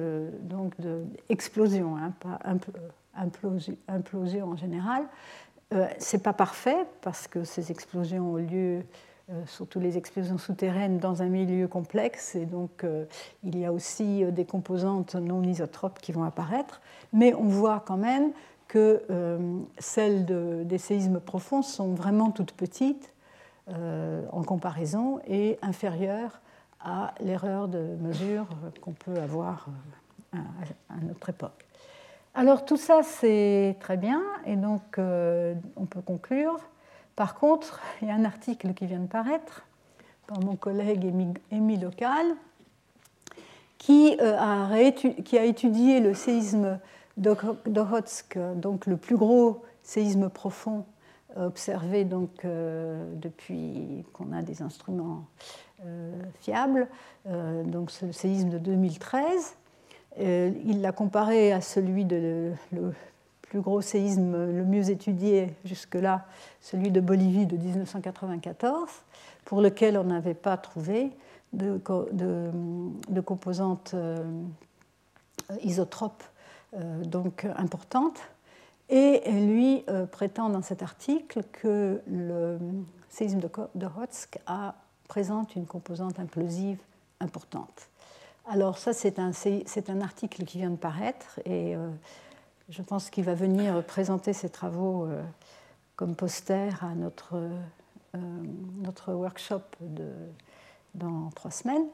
d'explosions, pas implosion en général. Ce n'est pas parfait parce que ces explosions ont lieu, surtout les explosions souterraines, dans un milieu complexe et donc il y a aussi des composantes non isotropes qui vont apparaître, mais on voit quand même que celles des séismes profonds sont vraiment toutes petites en comparaison et inférieures à l'erreur de mesure qu'on peut avoir à notre époque. Alors tout ça c'est très bien et donc on peut conclure. Par contre, il y a un article qui vient de paraître par mon collègue Émile Ocal qui a étudié le séisme d'Okhotsk, donc le plus gros séisme profond observé donc, depuis qu'on a des instruments fiables, donc ce séisme de 2013. Il l'a comparé à celui le plus gros séisme le mieux étudié jusque-là, celui de Bolivie de 1994, pour lequel on n'avait pas trouvé de composantes isotropes donc importantes. Et lui prétend dans cet article que le séisme d'Okhotsk présente une composante implosive importante. Alors ça, c'est un article qui vient de paraître et je pense qu'il va venir présenter ses travaux comme poster à notre workshop dans 3 semaines.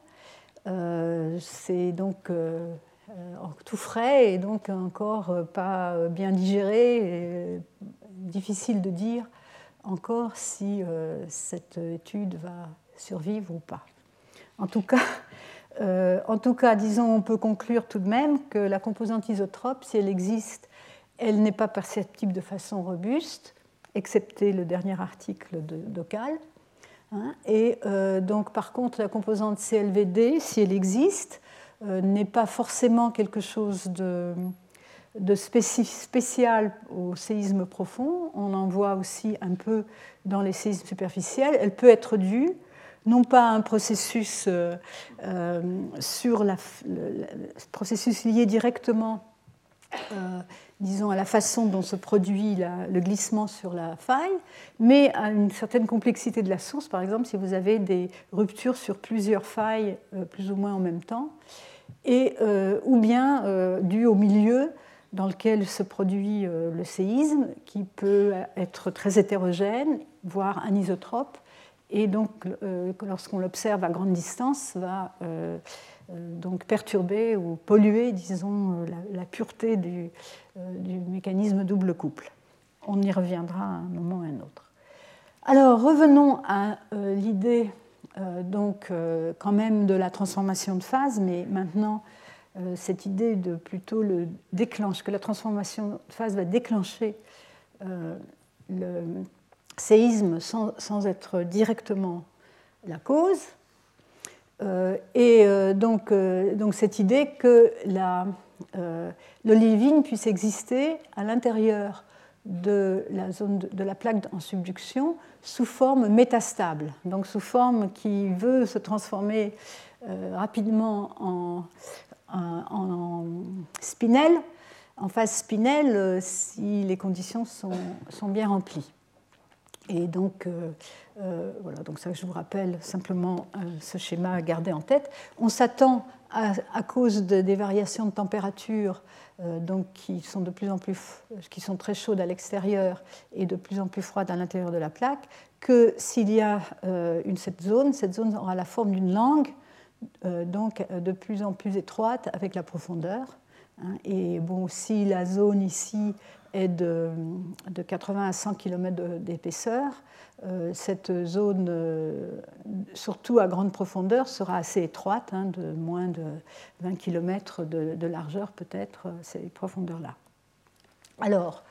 C'est donc tout frais et donc encore pas bien digéré et difficile de dire encore si cette étude va survivre ou pas. En tout cas, disons, on peut conclure tout de même que la composante isotrope, si elle existe, elle n'est pas perceptible de façon robuste, excepté le dernier article d'Ocal. Et donc, par contre, la composante CLVD, si elle existe, n'est pas forcément quelque chose de spécial au séisme profond. On en voit aussi un peu dans les séismes superficiels. Elle peut être due non pas à un processus, processus lié directement disons, à la façon dont se produit le glissement sur la faille, mais à une certaine complexité de la source. Par exemple, si vous avez des ruptures sur plusieurs failles plus ou moins en même temps, ou bien dû au milieu dans lequel se produit le séisme, qui peut être très hétérogène, voire anisotrope, et donc lorsqu'on l'observe à grande distance, va donc perturber ou polluer, disons, la pureté du mécanisme double couple. On y reviendra à un moment ou à un autre. Alors revenons à l'idée donc quand même de la transformation de phase, mais maintenant cette idée de plutôt que la transformation de phase va déclencher le séisme sans être directement la cause. Donc cette idée que l'olivine puisse exister à l'intérieur de la zone de la plaque en subduction sous forme métastable, donc sous forme qui veut se transformer rapidement en spinel, en phase spinel, si les conditions sont bien remplies. Et donc, voilà, donc ça je vous rappelle simplement ce schéma à garder en tête. On s'attend à cause des variations de température, donc qui sont qui sont très chaudes à l'extérieur et de plus en plus froides à l'intérieur de la plaque, que s'il y a cette zone aura la forme d'une langue, donc de plus en plus étroite avec la profondeur. Et bon, si la zone ici est de 80 à 100 km d'épaisseur, cette zone, surtout à grande profondeur, sera assez étroite, de moins de 20 km de largeur peut-être, ces profondeurs-là. Alors,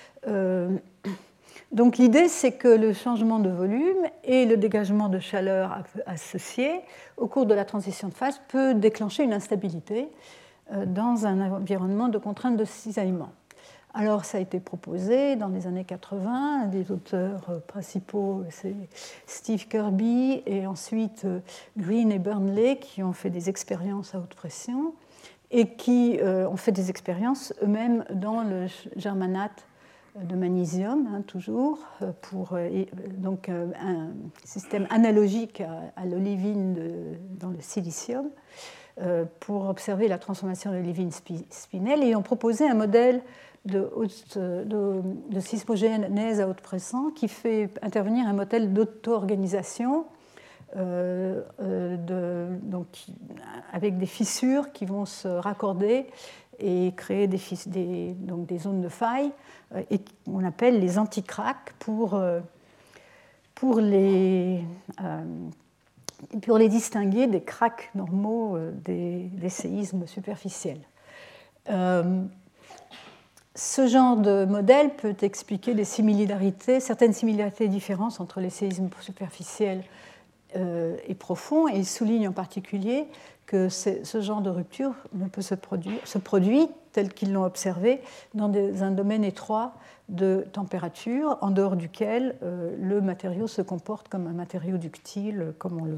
donc l'idée, c'est que le changement de volume et le dégagement de chaleur associé au cours de la transition de phase peut déclencher une instabilité dans un environnement de contrainte de cisaillement. Alors, ça a été proposé dans les années 80. Les auteurs principaux, c'est Steve Kirby et ensuite Green et Burnley, qui ont fait des expériences à haute pression et qui ont fait des expériences eux-mêmes dans le germanate de magnésium, toujours, pour donc, un système analogique à l'olivine dans le silicium, pour observer la transformation de l'olivine spinel, et ont proposé un modèle de sismogénèse à haute pression qui fait intervenir un modèle d'auto-organisation avec des fissures qui vont se raccorder et créer donc des zones de faille et qu'on appelle les anti-cracks pour les distinguer des cracks normaux des séismes superficiels. Ce genre de modèle peut expliquer certaines similarités et différences entre les séismes superficiels et profonds, et il souligne en particulier que ce genre de rupture se produit tel qu'ils l'ont observé dans un domaine étroit de température, en dehors duquel le matériau se comporte comme un matériau ductile, comme on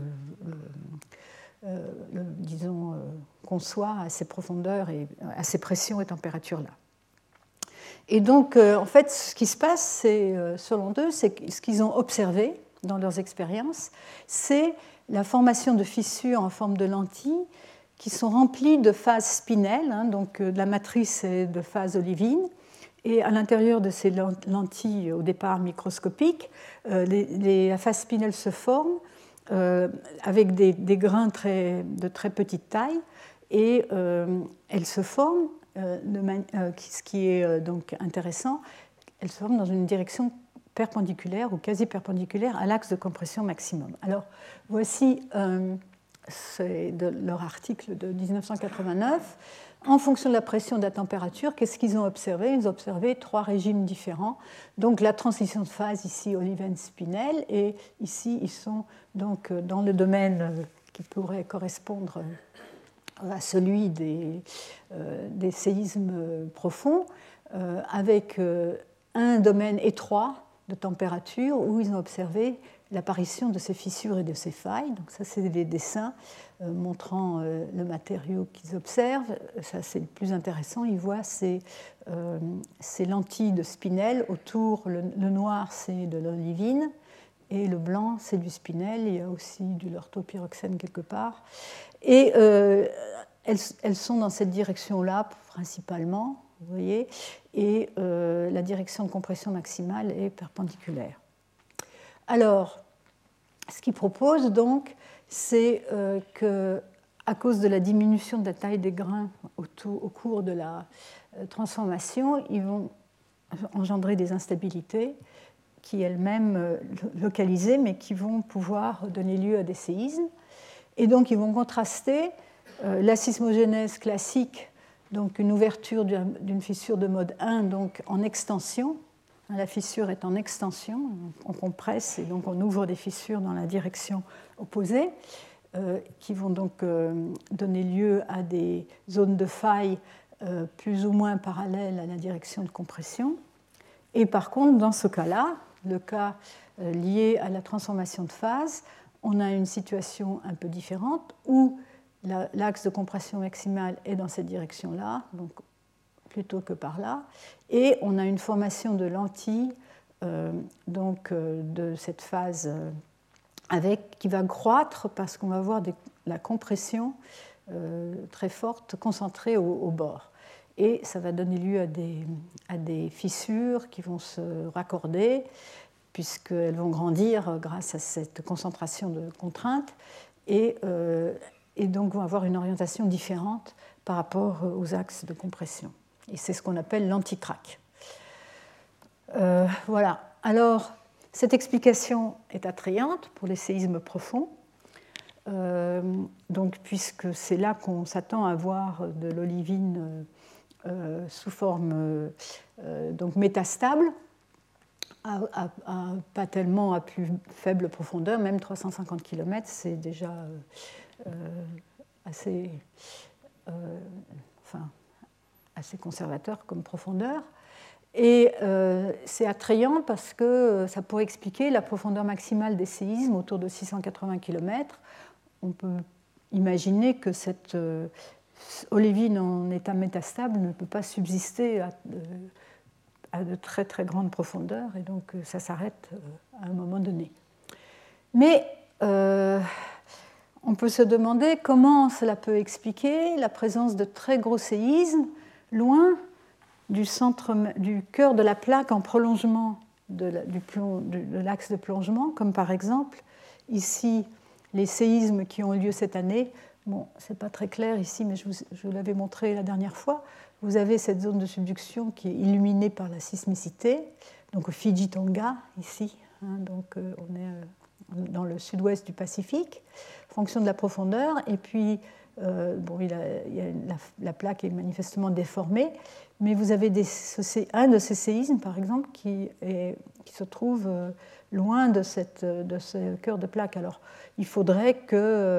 le conçoit à ces profondeurs et à ces pressions et températures-là. Et donc, en fait, ce qui se passe, selon eux, c'est que ce qu'ils ont observé dans leurs expériences, c'est la formation de fissures en forme de lentilles qui sont remplies de phases spinelles, donc de la matrice et de phase olivine. Et à l'intérieur de ces lentilles, au départ microscopiques, la phase spinelle se forme avec des grains de très petite taille, et elle se forme, ce qui est donc intéressant, elle se forme dans une direction perpendiculaire ou quasi perpendiculaire à l'axe de compression maximum. Alors, voici c'est de leur article de 1989. En fonction de la pression et de la température, qu'est-ce qu'ils ont observé? Ils ont observé 3 régimes différents. Donc la transition de phase ici, olivine-spinel, et ici ils sont donc dans le domaine qui pourrait correspondre à celui des séismes profonds, avec un domaine étroit de température où ils ont observé l'apparition de ces fissures et de ces failles. Donc ça, c'est des dessins montrant le matériau qu'ils observent. Ça, c'est le plus intéressant. Ils voient ces lentilles de spinel autour. Le noir, c'est de l'olivine, et le blanc, c'est du spinel. Il y a aussi du l'orthopyroxène quelque part. Et elles sont dans cette direction-là principalement, vous voyez, et la direction de compression maximale est perpendiculaire. Alors, ce qu'ils proposent donc, c'est qu'à cause de la diminution de la taille des grains au cours de la transformation, ils vont engendrer des instabilités qui elles-mêmes localisées, mais qui vont pouvoir donner lieu à des séismes. Et donc, ils vont contraster la sismogénèse classique, donc une ouverture d'une fissure de mode 1, donc en extension. La fissure est en extension, on compresse et donc on ouvre des fissures dans la direction opposée, qui vont donc donner lieu à des zones de faille plus ou moins parallèles à la direction de compression. Et par contre, dans ce cas-là, le cas lié à la transformation de phase, on a une situation un peu différente où l'axe de compression maximale est dans cette direction-là, donc plutôt que par là, et on a une formation de lentilles de cette phase qui va croître parce qu'on va avoir la compression très forte concentrée au bord. Et ça va donner lieu à des fissures qui vont se raccorder puisqu'elles vont grandir grâce à cette concentration de contraintes et donc vont avoir une orientation différente par rapport aux axes de compression. Et c'est ce qu'on appelle l'anticraque. Voilà. Alors, cette explication est attrayante pour les séismes profonds, donc, puisque c'est là qu'on s'attend à voir de l'olivine sous forme donc métastable, pas tellement à plus faible profondeur, même 350 km, c'est déjà assez conservateur comme profondeur. Et c'est attrayant parce que ça pourrait expliquer la profondeur maximale des séismes autour de 680 km. On peut imaginer que cette olivine en état métastable ne peut pas subsister à de très très grandes profondeurs, et donc ça s'arrête à un moment donné. Mais on peut se demander comment cela peut expliquer la présence de très gros séismes loin du cœur de la plaque en prolongement de l'axe de plongement, comme par exemple ici les séismes qui ont eu lieu cette année. Bon, ce n'est pas très clair ici, mais je vous l'avais montré la dernière fois. Vous avez cette zone de subduction qui est illuminée par la sismicité, donc au Fidji-Tonga, ici, donc on est dans le sud-ouest du Pacifique, fonction de la profondeur, et puis la plaque est manifestement déformée, mais vous avez un de ces séismes, par exemple, qui se trouve loin de ce cœur de plaque. Alors, il faudrait que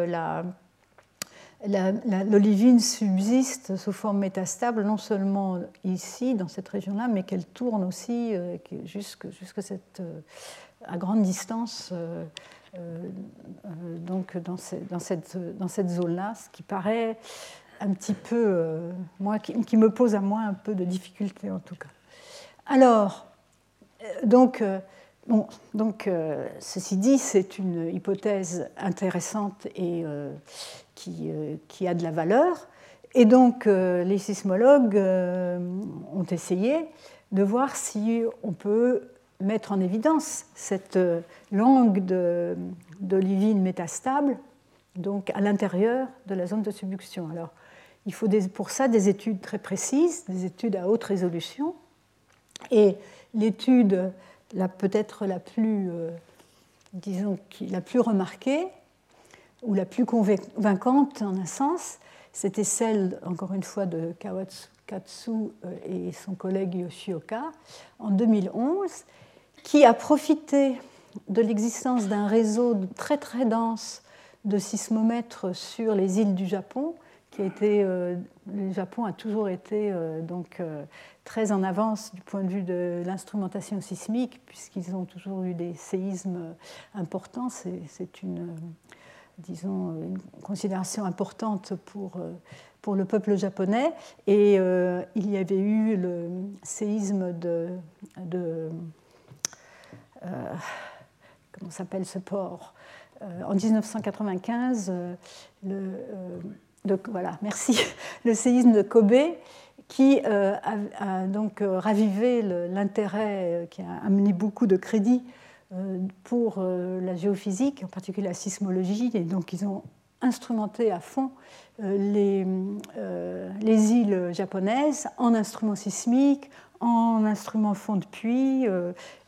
l'olivine subsiste sous forme métastable, non seulement ici, dans cette région-là, mais qu'elle tourne aussi jusque à grande distance, donc dans cette zone-là, ce qui paraît un petit peu, qui me pose à moi un peu de difficulté en tout cas. Alors, ceci dit, c'est une hypothèse intéressante et qui a de la valeur. Et donc, les sismologues ont essayé de voir si on peut mettre en évidence cette langue d'olivine métastable, donc à l'intérieur de la zone de subduction. Alors, il faut pour ça des études très précises, des études à haute résolution. Et l'étude peut-être la plus remarquée, ou la plus convaincante en un sens, c'était celle, encore une fois, de Kawakatsu et son collègue Yoshioka en 2011, qui a profité de l'existence d'un réseau très très dense de sismomètres sur les îles du Japon, le Japon a toujours été très en avance du point de vue de l'instrumentation sismique, puisqu'ils ont toujours eu des séismes importants. C'est une considération importante pour le peuple japonais. Et il y avait eu le séisme comment s'appelle ce port en 1995, le séisme de Kobe, qui a donc ravivé l'intérêt, qui a amené beaucoup de crédit pour la géophysique, en particulier la sismologie, et donc ils ont instrumenté à fond les îles japonaises en instruments sismiques, en instruments fond de puits,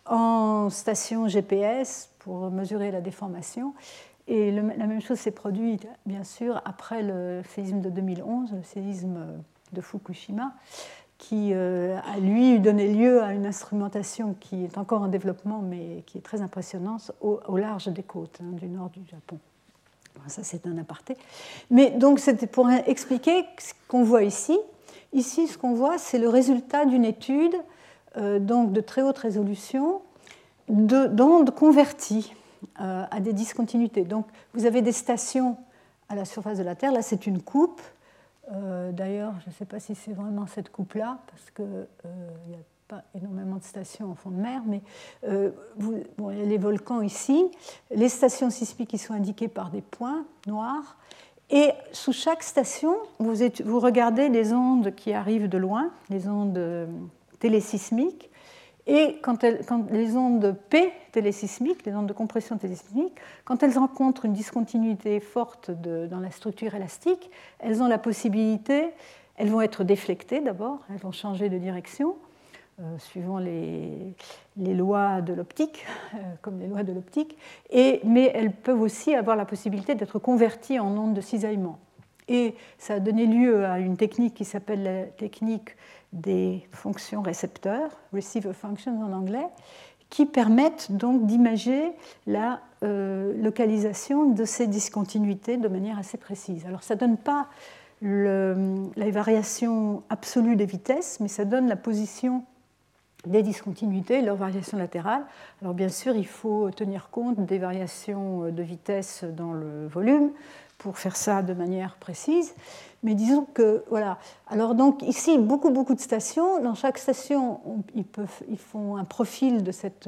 en station GPS pour mesurer la déformation. Et la même chose s'est produite, bien sûr, après le séisme de 2011, le séisme de Fukushima, qui a, lui, donné lieu à une instrumentation qui est encore en développement, mais qui est très impressionnante, au large des côtes du nord du Japon. Ça, c'est un aparté. Mais donc, c'était pour expliquer ce qu'on voit ici. Ici, ce qu'on voit, c'est le résultat d'une étude donc de très haute résolution d'ondes converties à des discontinuités. Donc, vous avez des stations à la surface de la Terre. Là, c'est une coupe. D'ailleurs, je ne sais pas si c'est vraiment cette coupe-là, parce qu'il n'y a pas énormément de stations en fond de mer, mais bon, il y a les volcans ici, les stations sismiques qui sont indiquées par des points noirs, et sous chaque station, vous regardez les ondes qui arrivent de loin, les ondes télésismiques, et quand les ondes P télésismiques, les ondes de compression télésismique, quand elles rencontrent une discontinuité forte dans la structure élastique, elles ont la possibilité, elles vont être déflectées d'abord, elles vont changer de direction, suivant les lois de l'optique, comme les lois de l'optique, mais elles peuvent aussi avoir la possibilité d'être converties en ondes de cisaillement. Et ça a donné lieu à une technique qui s'appelle la technique des fonctions récepteurs, receiver functions en anglais, qui permettent donc d'imager la localisation de ces discontinuités de manière assez précise. Alors ça ne donne pas la variation absolue des vitesses, mais ça donne la position des discontinuités et leur variation latérale. Alors bien sûr, il faut tenir compte des variations de vitesse dans le volume pour faire ça de manière précise. Mais disons que, voilà. Alors donc ici, beaucoup de stations. Dans chaque station, ils font un profil de ces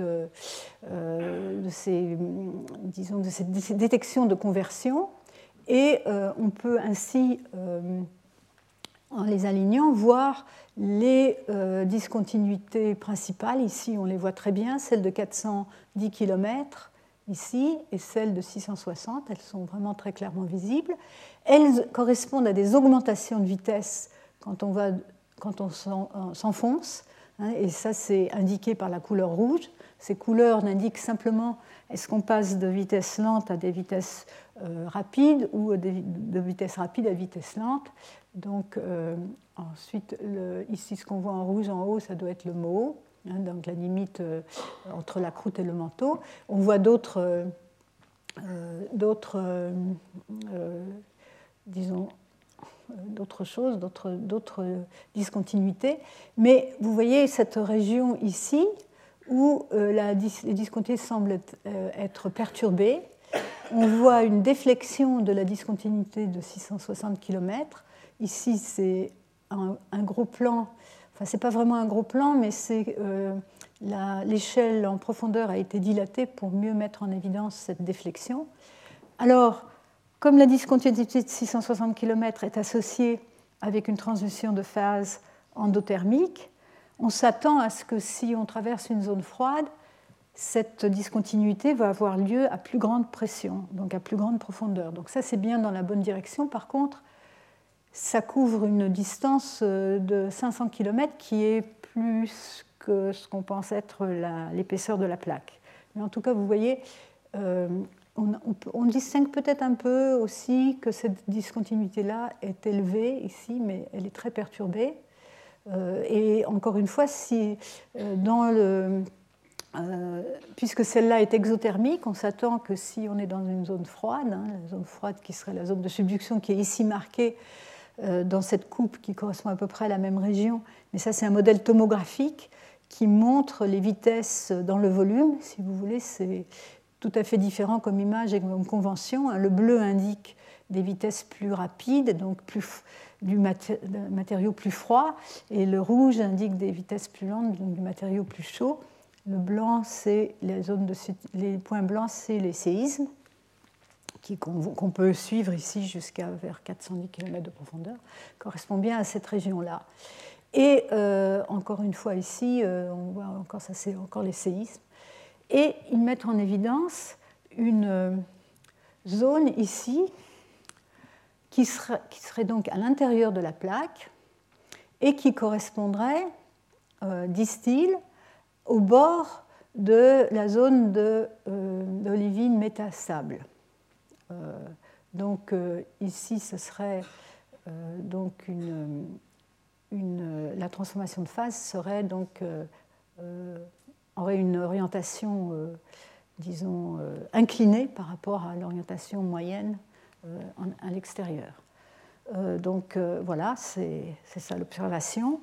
détections de conversion. Et on peut ainsi, en les alignant, voir les discontinuités principales. Ici, on les voit très bien, celles de 410 km ici et celles de 660. Elles sont vraiment très clairement visibles. Elles correspondent à des augmentations de vitesse quand on s'enfonce. Et ça, c'est indiqué par la couleur rouge. Ces couleurs n'indiquent simplement est-ce qu'on passe de vitesse lente à des vitesses rapides ou de vitesse rapide à vitesse lente. Donc, ensuite, ici, ce qu'on voit en rouge en haut, ça doit être le MO, donc la limite entre la croûte et le manteau. On voit d'autres choses, d'autres discontinuités. Mais vous voyez cette région ici où les discontinuités semblent être perturbées. On voit une déflexion de la discontinuité de 660 km. Ici, c'est un gros plan. Enfin, ce n'est pas vraiment un gros plan, mais c'est l'échelle en profondeur a été dilatée pour mieux mettre en évidence cette déflexion. Alors, comme la discontinuité de 660 km est associée avec une transition de phase endothermique, on s'attend à ce que si on traverse une zone froide, cette discontinuité va avoir lieu à plus grande pression, donc à plus grande profondeur. Donc ça, c'est bien dans la bonne direction. Par contre, ça couvre une distance de 500 km qui est plus que ce qu'on pense être l'épaisseur de la plaque. Mais en tout cas, vous voyez, on distingue peut-être un peu aussi que cette discontinuité-là est élevée ici, mais elle est très perturbée. Et encore une fois, puisque celle-là est exothermique, on s'attend que si on est dans une zone froide, la zone froide qui serait la zone de subduction qui est ici marquée dans cette coupe qui correspond à peu près à la même région, mais ça c'est un modèle tomographique qui montre les vitesses dans le volume, si vous voulez, c'est tout à fait différent comme image et comme convention. Le bleu indique des vitesses plus rapides, donc du matériau plus froid, et le rouge indique des vitesses plus lentes, donc du matériau plus chaud. Le blanc, c'est les points blancs, c'est les séismes qu'on peut suivre ici jusqu'à vers 410 km de profondeur, correspond bien à cette région-là. Et encore une fois ici, on voit encore ça, c'est encore les séismes. Et ils mettent en évidence une zone ici qui serait donc à l'intérieur de la plaque et qui correspondrait, disent-ils, au bord de la zone d'olivine métastable. Donc ici, ce serait donc la transformation de phase serait donc aurait une orientation, disons, inclinée par rapport à l'orientation moyenne à l'extérieur. Donc voilà, c'est ça l'observation.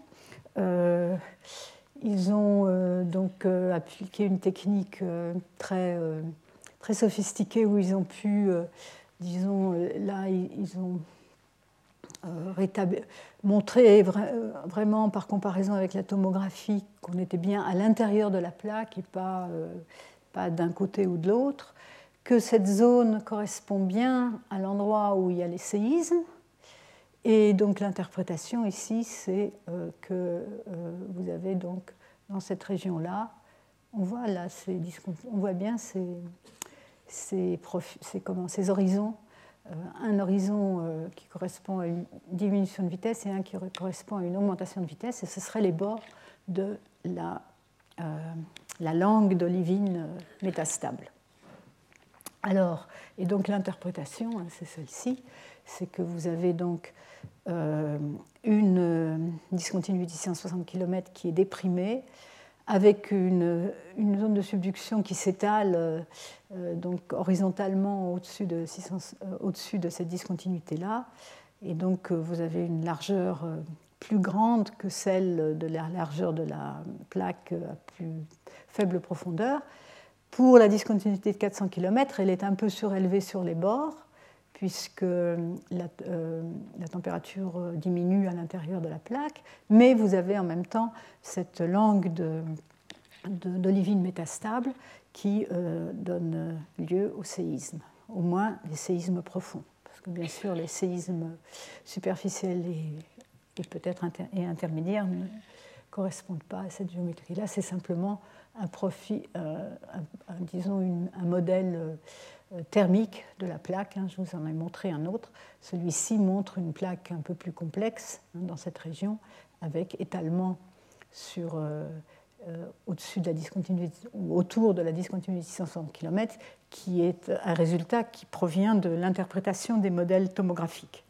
Ils ont donc appliqué une technique très sophistiquée où ils ont pu, disons, là, ils ont montré vraiment par comparaison avec la tomographie qu'on était bien à l'intérieur de la plaque et pas d'un côté ou de l'autre, que cette zone correspond bien à l'endroit où il y a les séismes. Et donc l'interprétation ici, c'est que vous avez donc dans cette région-là, on voit là, on voit bien ces horizons, un horizon qui correspond à une diminution de vitesse et un qui correspond à une augmentation de vitesse, et ce seraient les bords de la langue d'olivine métastable. Alors, et donc l'interprétation, c'est celle-ci, c'est que vous avez donc une discontinuité de 160 km qui est déprimée, avec une zone de subduction qui s'étale donc horizontalement au-dessus de cette discontinuité-là. Et donc vous avez une largeur plus grande que celle de la largeur de la plaque à plus faible profondeur. Pour la discontinuité de 400 km, elle est un peu surélevée sur les bords, puisque la température diminue à l'intérieur de la plaque, mais vous avez en même temps cette langue d'olivine métastable qui donne lieu au séisme, au moins les séismes profonds, parce que bien sûr les séismes superficiels et peut-être intermédiaires ne correspondent pas à cette géométrie. Là, c'est simplement disons un modèle thermique de la plaque. Je vous en ai montré un autre. Celui-ci montre une plaque un peu plus complexe dans cette région, avec étalement au-dessus de la discontinuité ou autour de la discontinuité de 660 km, qui est un résultat qui provient de l'interprétation des modèles tomographiques.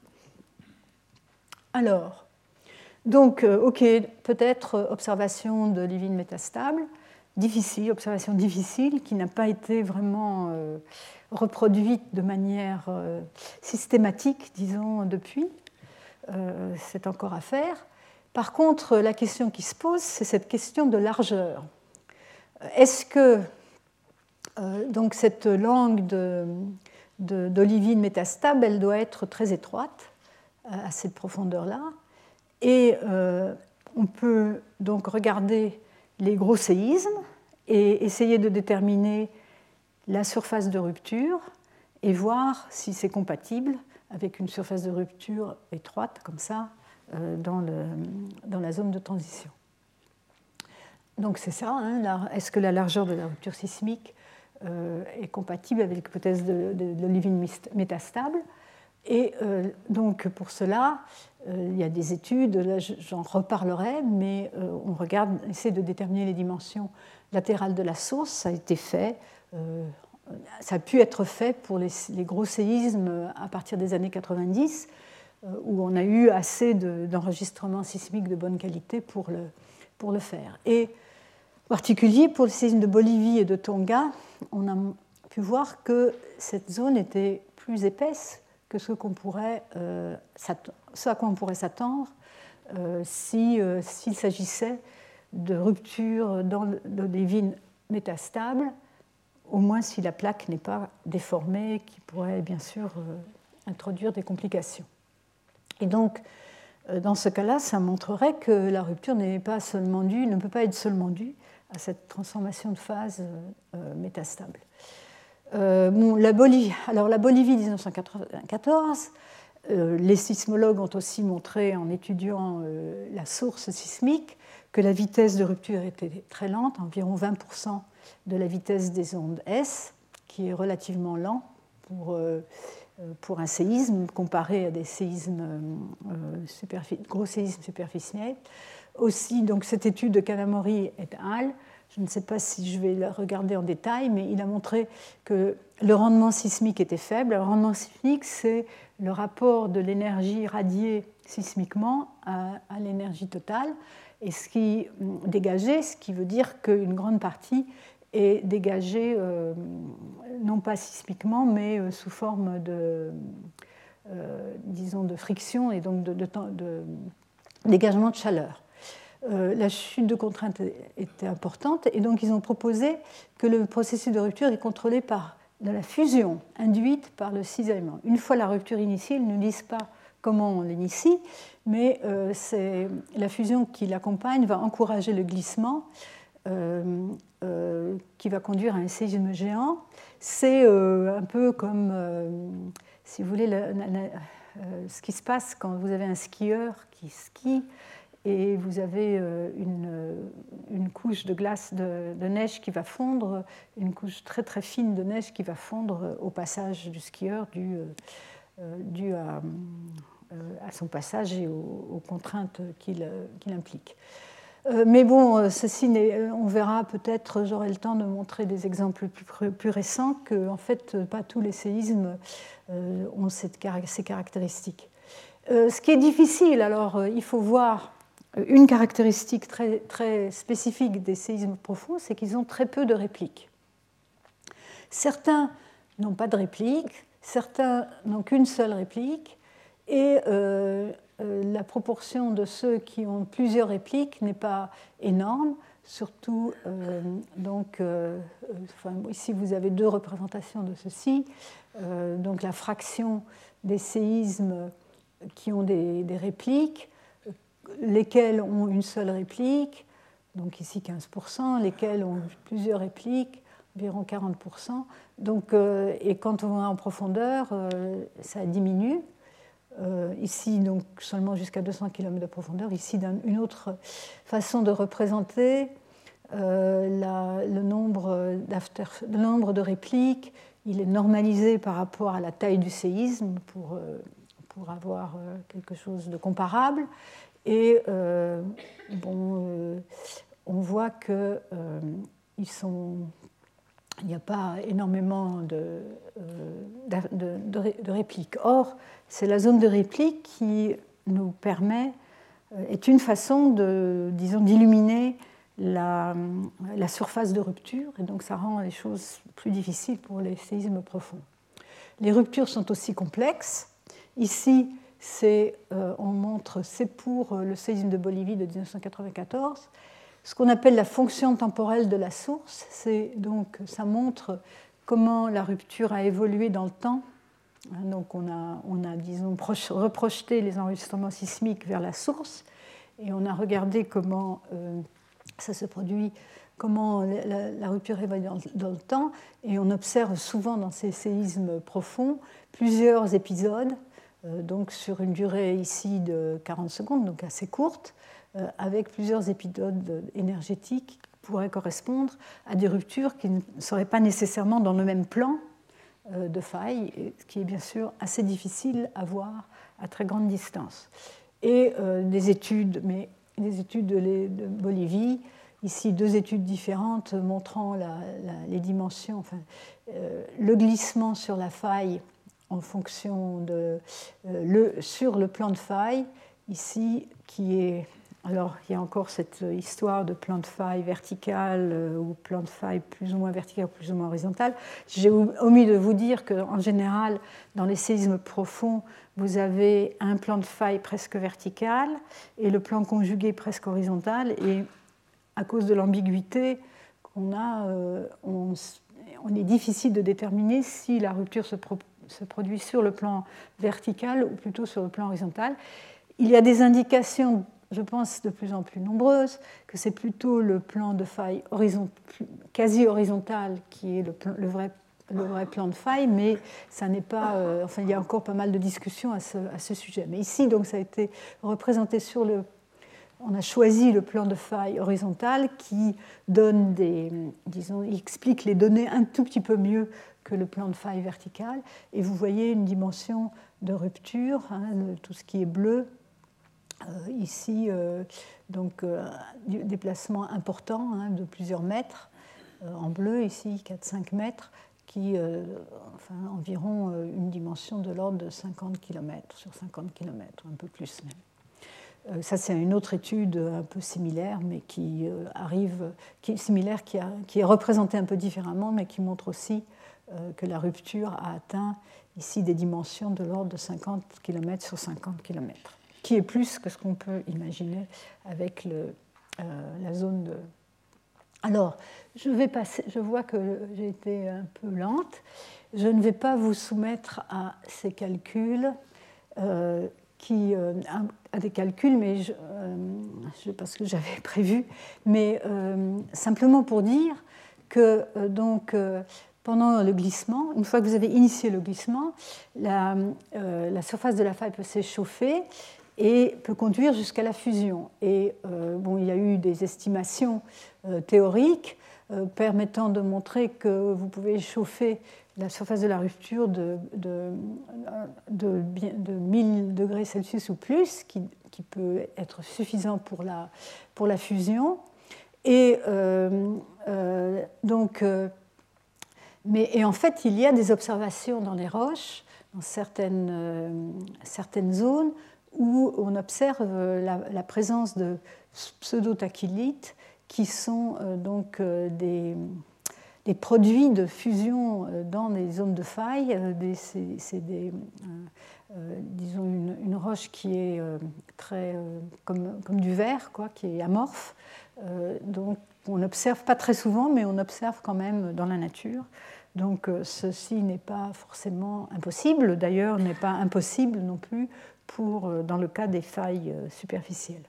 Alors, donc, ok, peut-être observation de l'olivine métastable, observation difficile, qui n'a pas été vraiment reproduite de manière systématique, disons, depuis. C'est encore à faire. Par contre, la question qui se pose, c'est cette question de largeur. Est-ce que donc cette langue d'olivine métastable, elle doit être très étroite à cette profondeur-là, et on peut donc regarder les gros séismes et essayer de déterminer la surface de rupture et voir si c'est compatible avec une surface de rupture étroite, comme ça, dans la zone de transition. Donc c'est ça, est-ce que la largeur de la rupture sismique est compatible avec l'hypothèse de l'olivine métastable? Et donc pour cela, il y a des études, là j'en reparlerai, mais on essaie de déterminer les dimensions latérales de la source. Ça a été fait, ça a pu être fait pour les gros séismes à partir des années 90, où on a eu assez d'enregistrements sismiques de bonne qualité pour le faire. Et en particulier pour le séisme de Bolivie et de Tonga, on a pu voir que cette zone était plus épaisse que ce à quoi on pourrait s'attendre s'il s'agissait de ruptures d'olivine métastable, au moins si la plaque n'est pas déformée, qui pourrait bien sûr introduire des complications. Et donc, dans ce cas-là, ça montrerait que la rupture ne peut pas être seulement due à cette transformation de phase métastable. La Bolivie 1994, les sismologues ont aussi montré, en étudiant la source sismique, que la vitesse de rupture était très lente, environ 20% de la vitesse des ondes S, qui est relativement lent pour un séisme comparé à des gros séismes superficiels. Aussi, donc, cette étude de Kanamori et al. Je ne sais pas si je vais le regarder en détail, mais il a montré que le rendement sismique était faible. Le rendement sismique, c'est le rapport de l'énergie radiée sismiquement à l'énergie totale, et ce qui dégagé, ce qui veut dire qu'une grande partie est dégagée, non pas sismiquement, mais sous forme de, disons, de friction et donc de dégagement de chaleur. La chute de contrainte était importante, et donc ils ont proposé que le processus de rupture est contrôlé par de la fusion induite par le cisaillement. Une fois la rupture initiée, ils ne disent pas comment on l'initie, mais c'est la fusion qui l'accompagne va encourager le glissement qui va conduire à un séisme géant. C'est un peu comme, si vous voulez, ce qui se passe quand vous avez un skieur qui skie et vous avez une couche de glace de neige qui va fondre, une couche très très fine de neige qui va fondre au passage du skieur dû à son passage et aux contraintes qu'il implique. Mais bon, on verra peut-être, j'aurai le temps de montrer des exemples plus récents, que en fait, pas tous les séismes ont ces caractéristiques. Ce qui est difficile, alors il faut voir une caractéristique très, très spécifique des séismes profonds, c'est qu'ils ont très peu de répliques. Certains n'ont pas de réplique, certains n'ont qu'une seule réplique, et la proportion de ceux qui ont plusieurs répliques n'est pas énorme, surtout, ici vous avez deux représentations de ceci, donc la fraction des séismes qui ont des répliques, lesquels ont une seule réplique, donc ici 15%, lesquels ont plusieurs répliques, environ 40%. Donc, et quand on va en profondeur, ça diminue. Ici, donc, seulement jusqu'à 200 km de profondeur. Ici, une autre façon de représenter le nombre de répliques. Il est normalisé par rapport à la taille du séisme pour avoir quelque chose de comparable. Et on voit qu'il n'y a pas énormément de répliques. Or, c'est la zone de réplique qui nous permet, est une façon d'illuminer la surface de rupture, et donc ça rend les choses plus difficiles pour les séismes profonds. Les ruptures sont aussi complexes. Ici, on montre, c'est pour le séisme de Bolivie de 1994, ce qu'on appelle la fonction temporelle de la source. Ça montre comment la rupture a évolué dans le temps. Donc on a disons, reprojeté les enregistrements sismiques vers la source, et on a regardé comment ça se produit, comment la rupture évolue dans le temps, et on observe souvent dans ces séismes profonds plusieurs épisodes, donc sur une durée ici de 40 secondes, donc assez courte, avec plusieurs épisodes énergétiques qui pourraient correspondre à des ruptures qui ne seraient pas nécessairement dans le même plan de faille, ce qui est bien sûr assez difficile à voir à très grande distance. Et des études de Bolivie, ici deux études différentes montrant les dimensions, le glissement sur la faille en fonction sur le plan de faille, ici qui est... Alors, il y a encore cette histoire de plan de faille vertical ou plan de faille plus ou moins vertical ou plus ou moins horizontal. J'ai omis de vous dire qu'en général, dans les séismes profonds, vous avez un plan de faille presque vertical et le plan conjugué presque horizontal. Et à cause de l'ambiguïté qu'on a, on est difficile de déterminer si la rupture se produit sur le plan vertical ou plutôt sur le plan horizontal. Il y a des indications, je pense, de plus en plus nombreuses, que c'est plutôt le plan de faille quasi horizontal qui est le vrai plan de faille, mais ça n'est pas, il y a encore pas mal de discussions à ce sujet. Mais ici, donc, ça a été représenté on a choisi le plan de faille horizontal qui donne explique les données un tout petit peu mieux que le plan de faille vertical, et vous voyez une dimension de rupture, tout ce qui est bleu, Ici, donc, du déplacement important de plusieurs mètres, en bleu ici 4-5 mètres, qui, environ une dimension de l'ordre de 50 km sur 50 km, un peu plus même. Ça, c'est une autre étude un peu similaire, mais qui est représentée un peu différemment, mais qui montre aussi que la rupture a atteint ici des dimensions de l'ordre de 50 km sur 50 km, qui est plus que ce qu'on peut imaginer avec la zone de... Alors, je vois que j'ai été un peu lente. Je ne vais pas vous soumettre à ces calculs, à des calculs, mais parce que j'avais prévu, mais simplement pour dire que pendant le glissement, une fois que vous avez initié le glissement, la surface de la faille peut s'échauffer et peut conduire jusqu'à la fusion. Et il y a eu des estimations théoriques permettant de montrer que vous pouvez chauffer la surface de la rupture de 1000 degrés Celsius ou plus, qui peut être suffisant pour la fusion. Et en fait, il y a des observations dans les roches, dans certaines zones, où on observe la présence de pseudotachyllites qui sont des produits de fusion dans les zones de faille. C'est disons une roche qui est très comme du verre, qui est amorphe. Donc on n'observe pas très souvent, mais on observe quand même dans la nature. Donc ceci n'est pas forcément impossible, d'ailleurs n'est pas impossible non plus dans le cas des failles superficielles.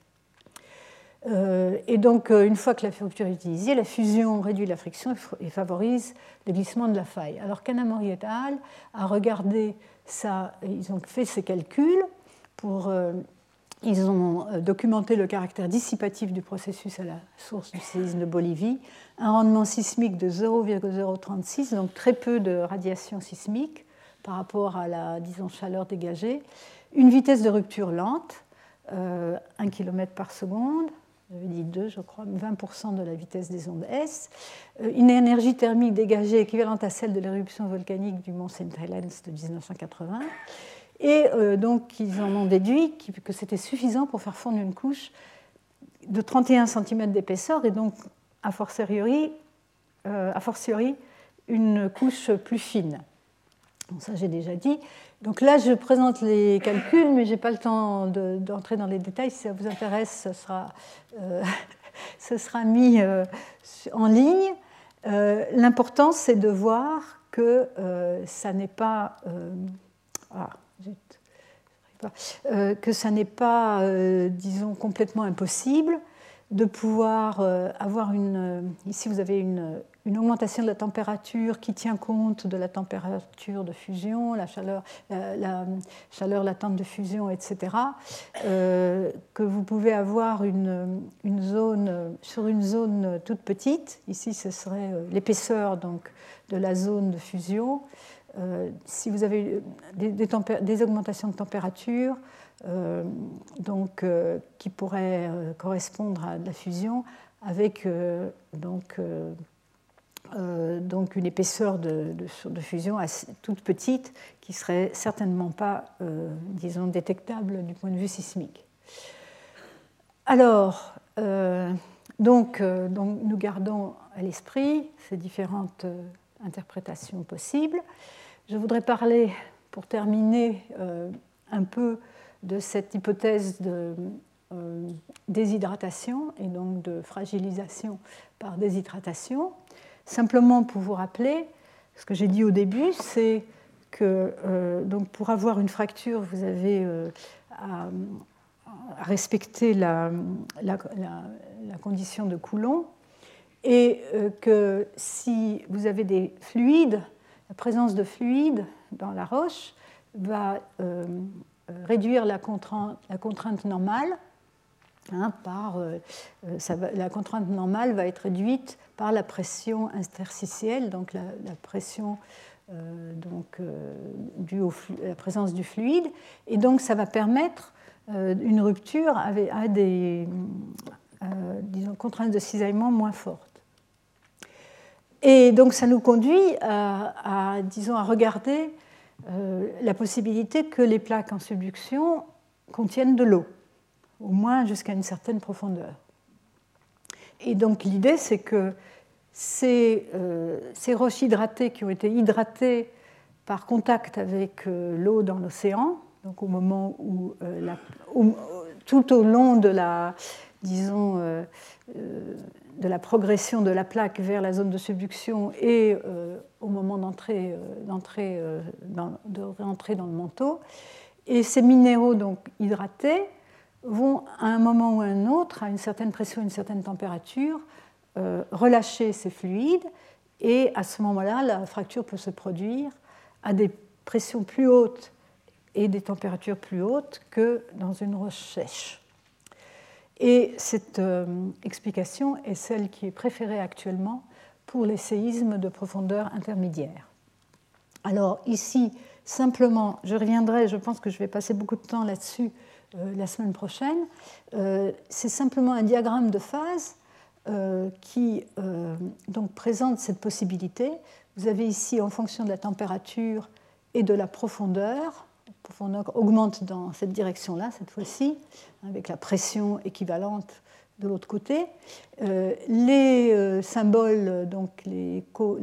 Et donc une fois que la rupture est utilisée, la fusion réduit la friction et favorise le glissement de la faille. Alors Kanamori et al. A regardé ça, ils ont fait ces calculs ils ont documenté le caractère dissipatif du processus à la source du séisme de Bolivie, un rendement sismique de 0,036, donc très peu de radiation sismique par rapport à la, chaleur dégagée, une vitesse de rupture lente, 1 km par seconde, j'avais dit 2, je crois, 20% de la vitesse des ondes S, une énergie thermique dégagée équivalente à celle de l'éruption volcanique du mont St. Helens de 1980. Et donc, ils en ont déduit que c'était suffisant pour faire fondre une couche de 31 cm d'épaisseur, et donc, a fortiori, une couche plus fine. Bon, ça, j'ai déjà dit. Donc là, je présente les calculs, mais je n'ai pas le temps d'entrer dans les détails. Si ça vous intéresse, ce sera mis en ligne. L'important, c'est de voir que ça n'est pas... que ça n'est pas, disons, complètement impossible de pouvoir avoir ici vous avez une augmentation de la température qui tient compte de la température de fusion, la chaleur latente de fusion, etc. Que vous pouvez avoir une zone, sur une zone toute petite, ici ce serait l'épaisseur donc, de la zone de fusion. Si vous avez des augmentations de température qui pourraient correspondre à de la fusion avec donc une épaisseur de fusion toute petite qui ne serait certainement pas, disons, détectable du point de vue sismique. Alors, donc nous gardons à l'esprit ces différentes interprétations possibles. Je voudrais parler, pour terminer, un peu de cette hypothèse de déshydratation et donc de fragilisation par déshydratation. Simplement pour vous rappeler, ce que j'ai dit au début, c'est que donc pour avoir une fracture, vous avez à respecter la condition de Coulomb, et que si vous avez des fluides, la présence de fluides dans la roche va réduire la contrainte normale. La contrainte normale va être réduite par la pression interstitielle, donc la pression due à la présence du fluide. Et donc ça va permettre une rupture a des disons, contraintes de cisaillement moins fortes. Et donc ça nous conduit disons, à regarder la possibilité que les plaques en subduction contiennent de l'eau, au moins jusqu'à une certaine profondeur. Et donc l'idée, c'est que ces roches hydratées qui ont été hydratées par contact avec l'eau dans l'océan, donc au moment où, tout au long de la, disons, de la progression de la plaque vers la zone de subduction et au moment de rentrer dans le manteau. Et ces minéraux donc hydratés vont à un moment ou à un autre, à une certaine pression, une certaine température, relâcher ces fluides, et à ce moment-là, la fracture peut se produire à des pressions plus hautes et des températures plus hautes que dans une roche sèche. Et cette explication est celle qui est préférée actuellement pour les séismes de profondeur intermédiaire. Alors ici, simplement, je reviendrai, je pense que je vais passer beaucoup de temps là-dessus la semaine prochaine. C'est simplement un diagramme de phase qui donc présente cette possibilité. Vous avez ici, en fonction de la température et de la profondeur augmente dans cette direction-là, cette fois-ci, avec la pression équivalente de l'autre côté. Les symboles, donc les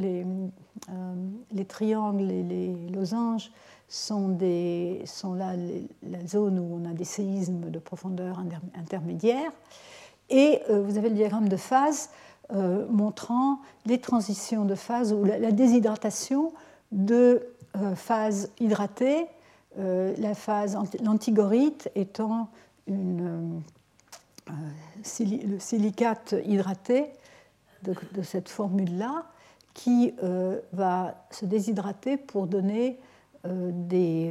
triangles et les losanges, sont là la zone où on a des séismes de profondeur intermédiaire. Et vous avez le diagramme de phase montrant les transitions de phase ou la déshydratation de phase hydratée, l'antigorite étant le silicate hydraté de cette formule-là, qui va se déshydrater pour donner les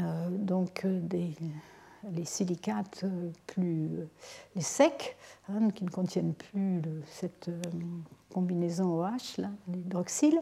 silicates les secs, qui ne contiennent plus cette combinaison OH, là, l'hydroxyle,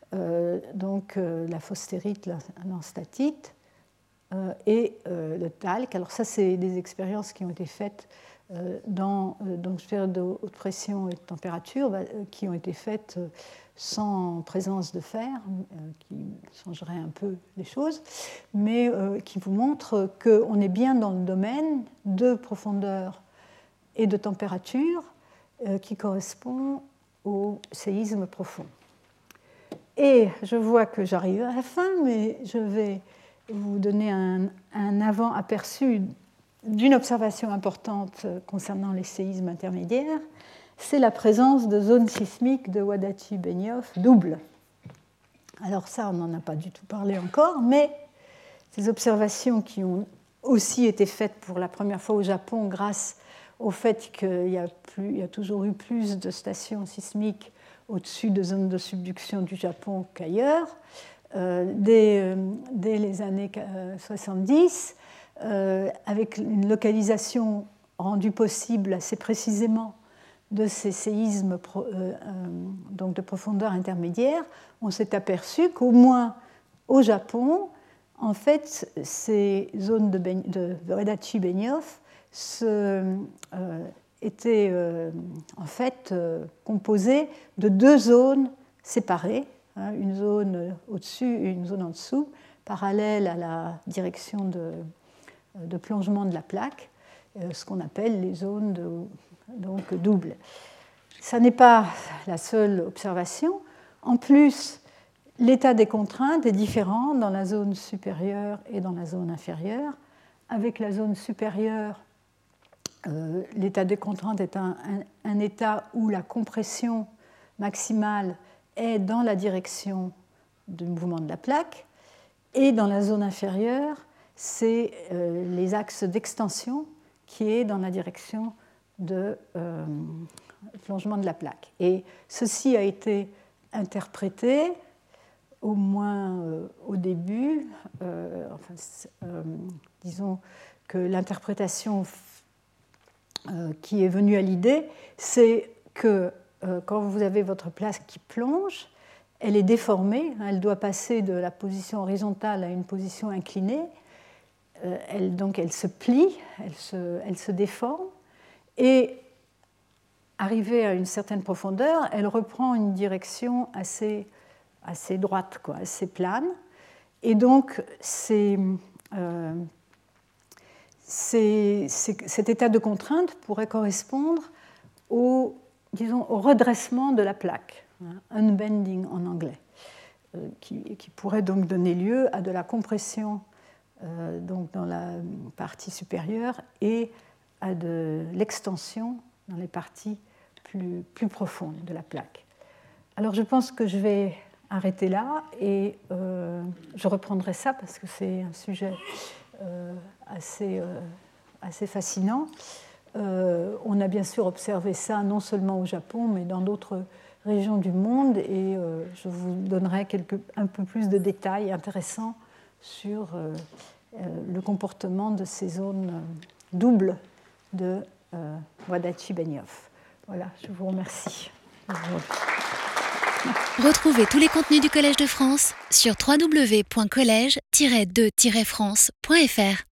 la phosphérite, l'enstatite et le talc. Alors ça, c'est des expériences qui ont été faites dans sphères de haute pression et de température, qui ont été faites sans présence de fer, qui changerait un peu les choses, mais qui vous montrent qu'on est bien dans le domaine de profondeur et de température qui correspond au séisme profond. Et je vois que j'arrive à la fin, mais je vais vous donner un avant-aperçu d'une observation importante concernant les séismes intermédiaires. C'est la présence de zones sismiques de Wadachi-Benioff doubles. Alors ça, on n'en a pas du tout parlé encore, mais ces observations qui ont aussi été faites pour la première fois au Japon grâce au fait qu'il y a toujours eu plus de stations sismiques au-dessus de zones de subduction du Japon qu'ailleurs, dès les années 70, avec une localisation rendue possible assez précisément de ces séismes donc de profondeur intermédiaire, on s'est aperçu qu'au moins au Japon, en fait, ces zones de Wadachi-Benioff étaient en fait composées de deux zones séparées, une zone au-dessus et une zone en dessous, parallèles à la direction de plongement de la plaque, ce qu'on appelle les zones donc doubles. Ça n'est pas la seule observation. En plus, l'état des contraintes est différent dans la zone supérieure et dans la zone inférieure. Avec la zone supérieure, l'état des contraintes est un état où la compression maximale est dans la direction du mouvement de la plaque. Et dans la zone inférieure, c'est les axes d'extension qui est dans la direction de plongement de la plaque. Et ceci a été interprété, au moins au début, disons que l'interprétation qui est venue à l'idée, c'est que quand vous avez votre plaque qui plonge, elle est déformée, elle doit passer de la position horizontale à une position inclinée. elle se plie, elle se déforme, et arrivée à une certaine profondeur, elle reprend une direction assez droite, quoi, assez plane. Et donc, cet état de contrainte pourrait correspondre au redressement de la plaque, unbending en anglais, qui pourrait donc donner lieu à de la compression donc dans la partie supérieure et à de l'extension dans les parties plus profondes de la plaque. Alors je pense que je vais arrêter là et je reprendrai ça parce que c'est un sujet assez fascinant. On a bien sûr observé ça non seulement au Japon, mais dans d'autres régions du monde, et je vous donnerai un peu plus de détails intéressants sur le comportement de ces zones doubles de Wadachi-Benioff. Voilà, je vous remercie. Retrouvez tous les contenus du Collège de France sur www.collège-2-france.fr.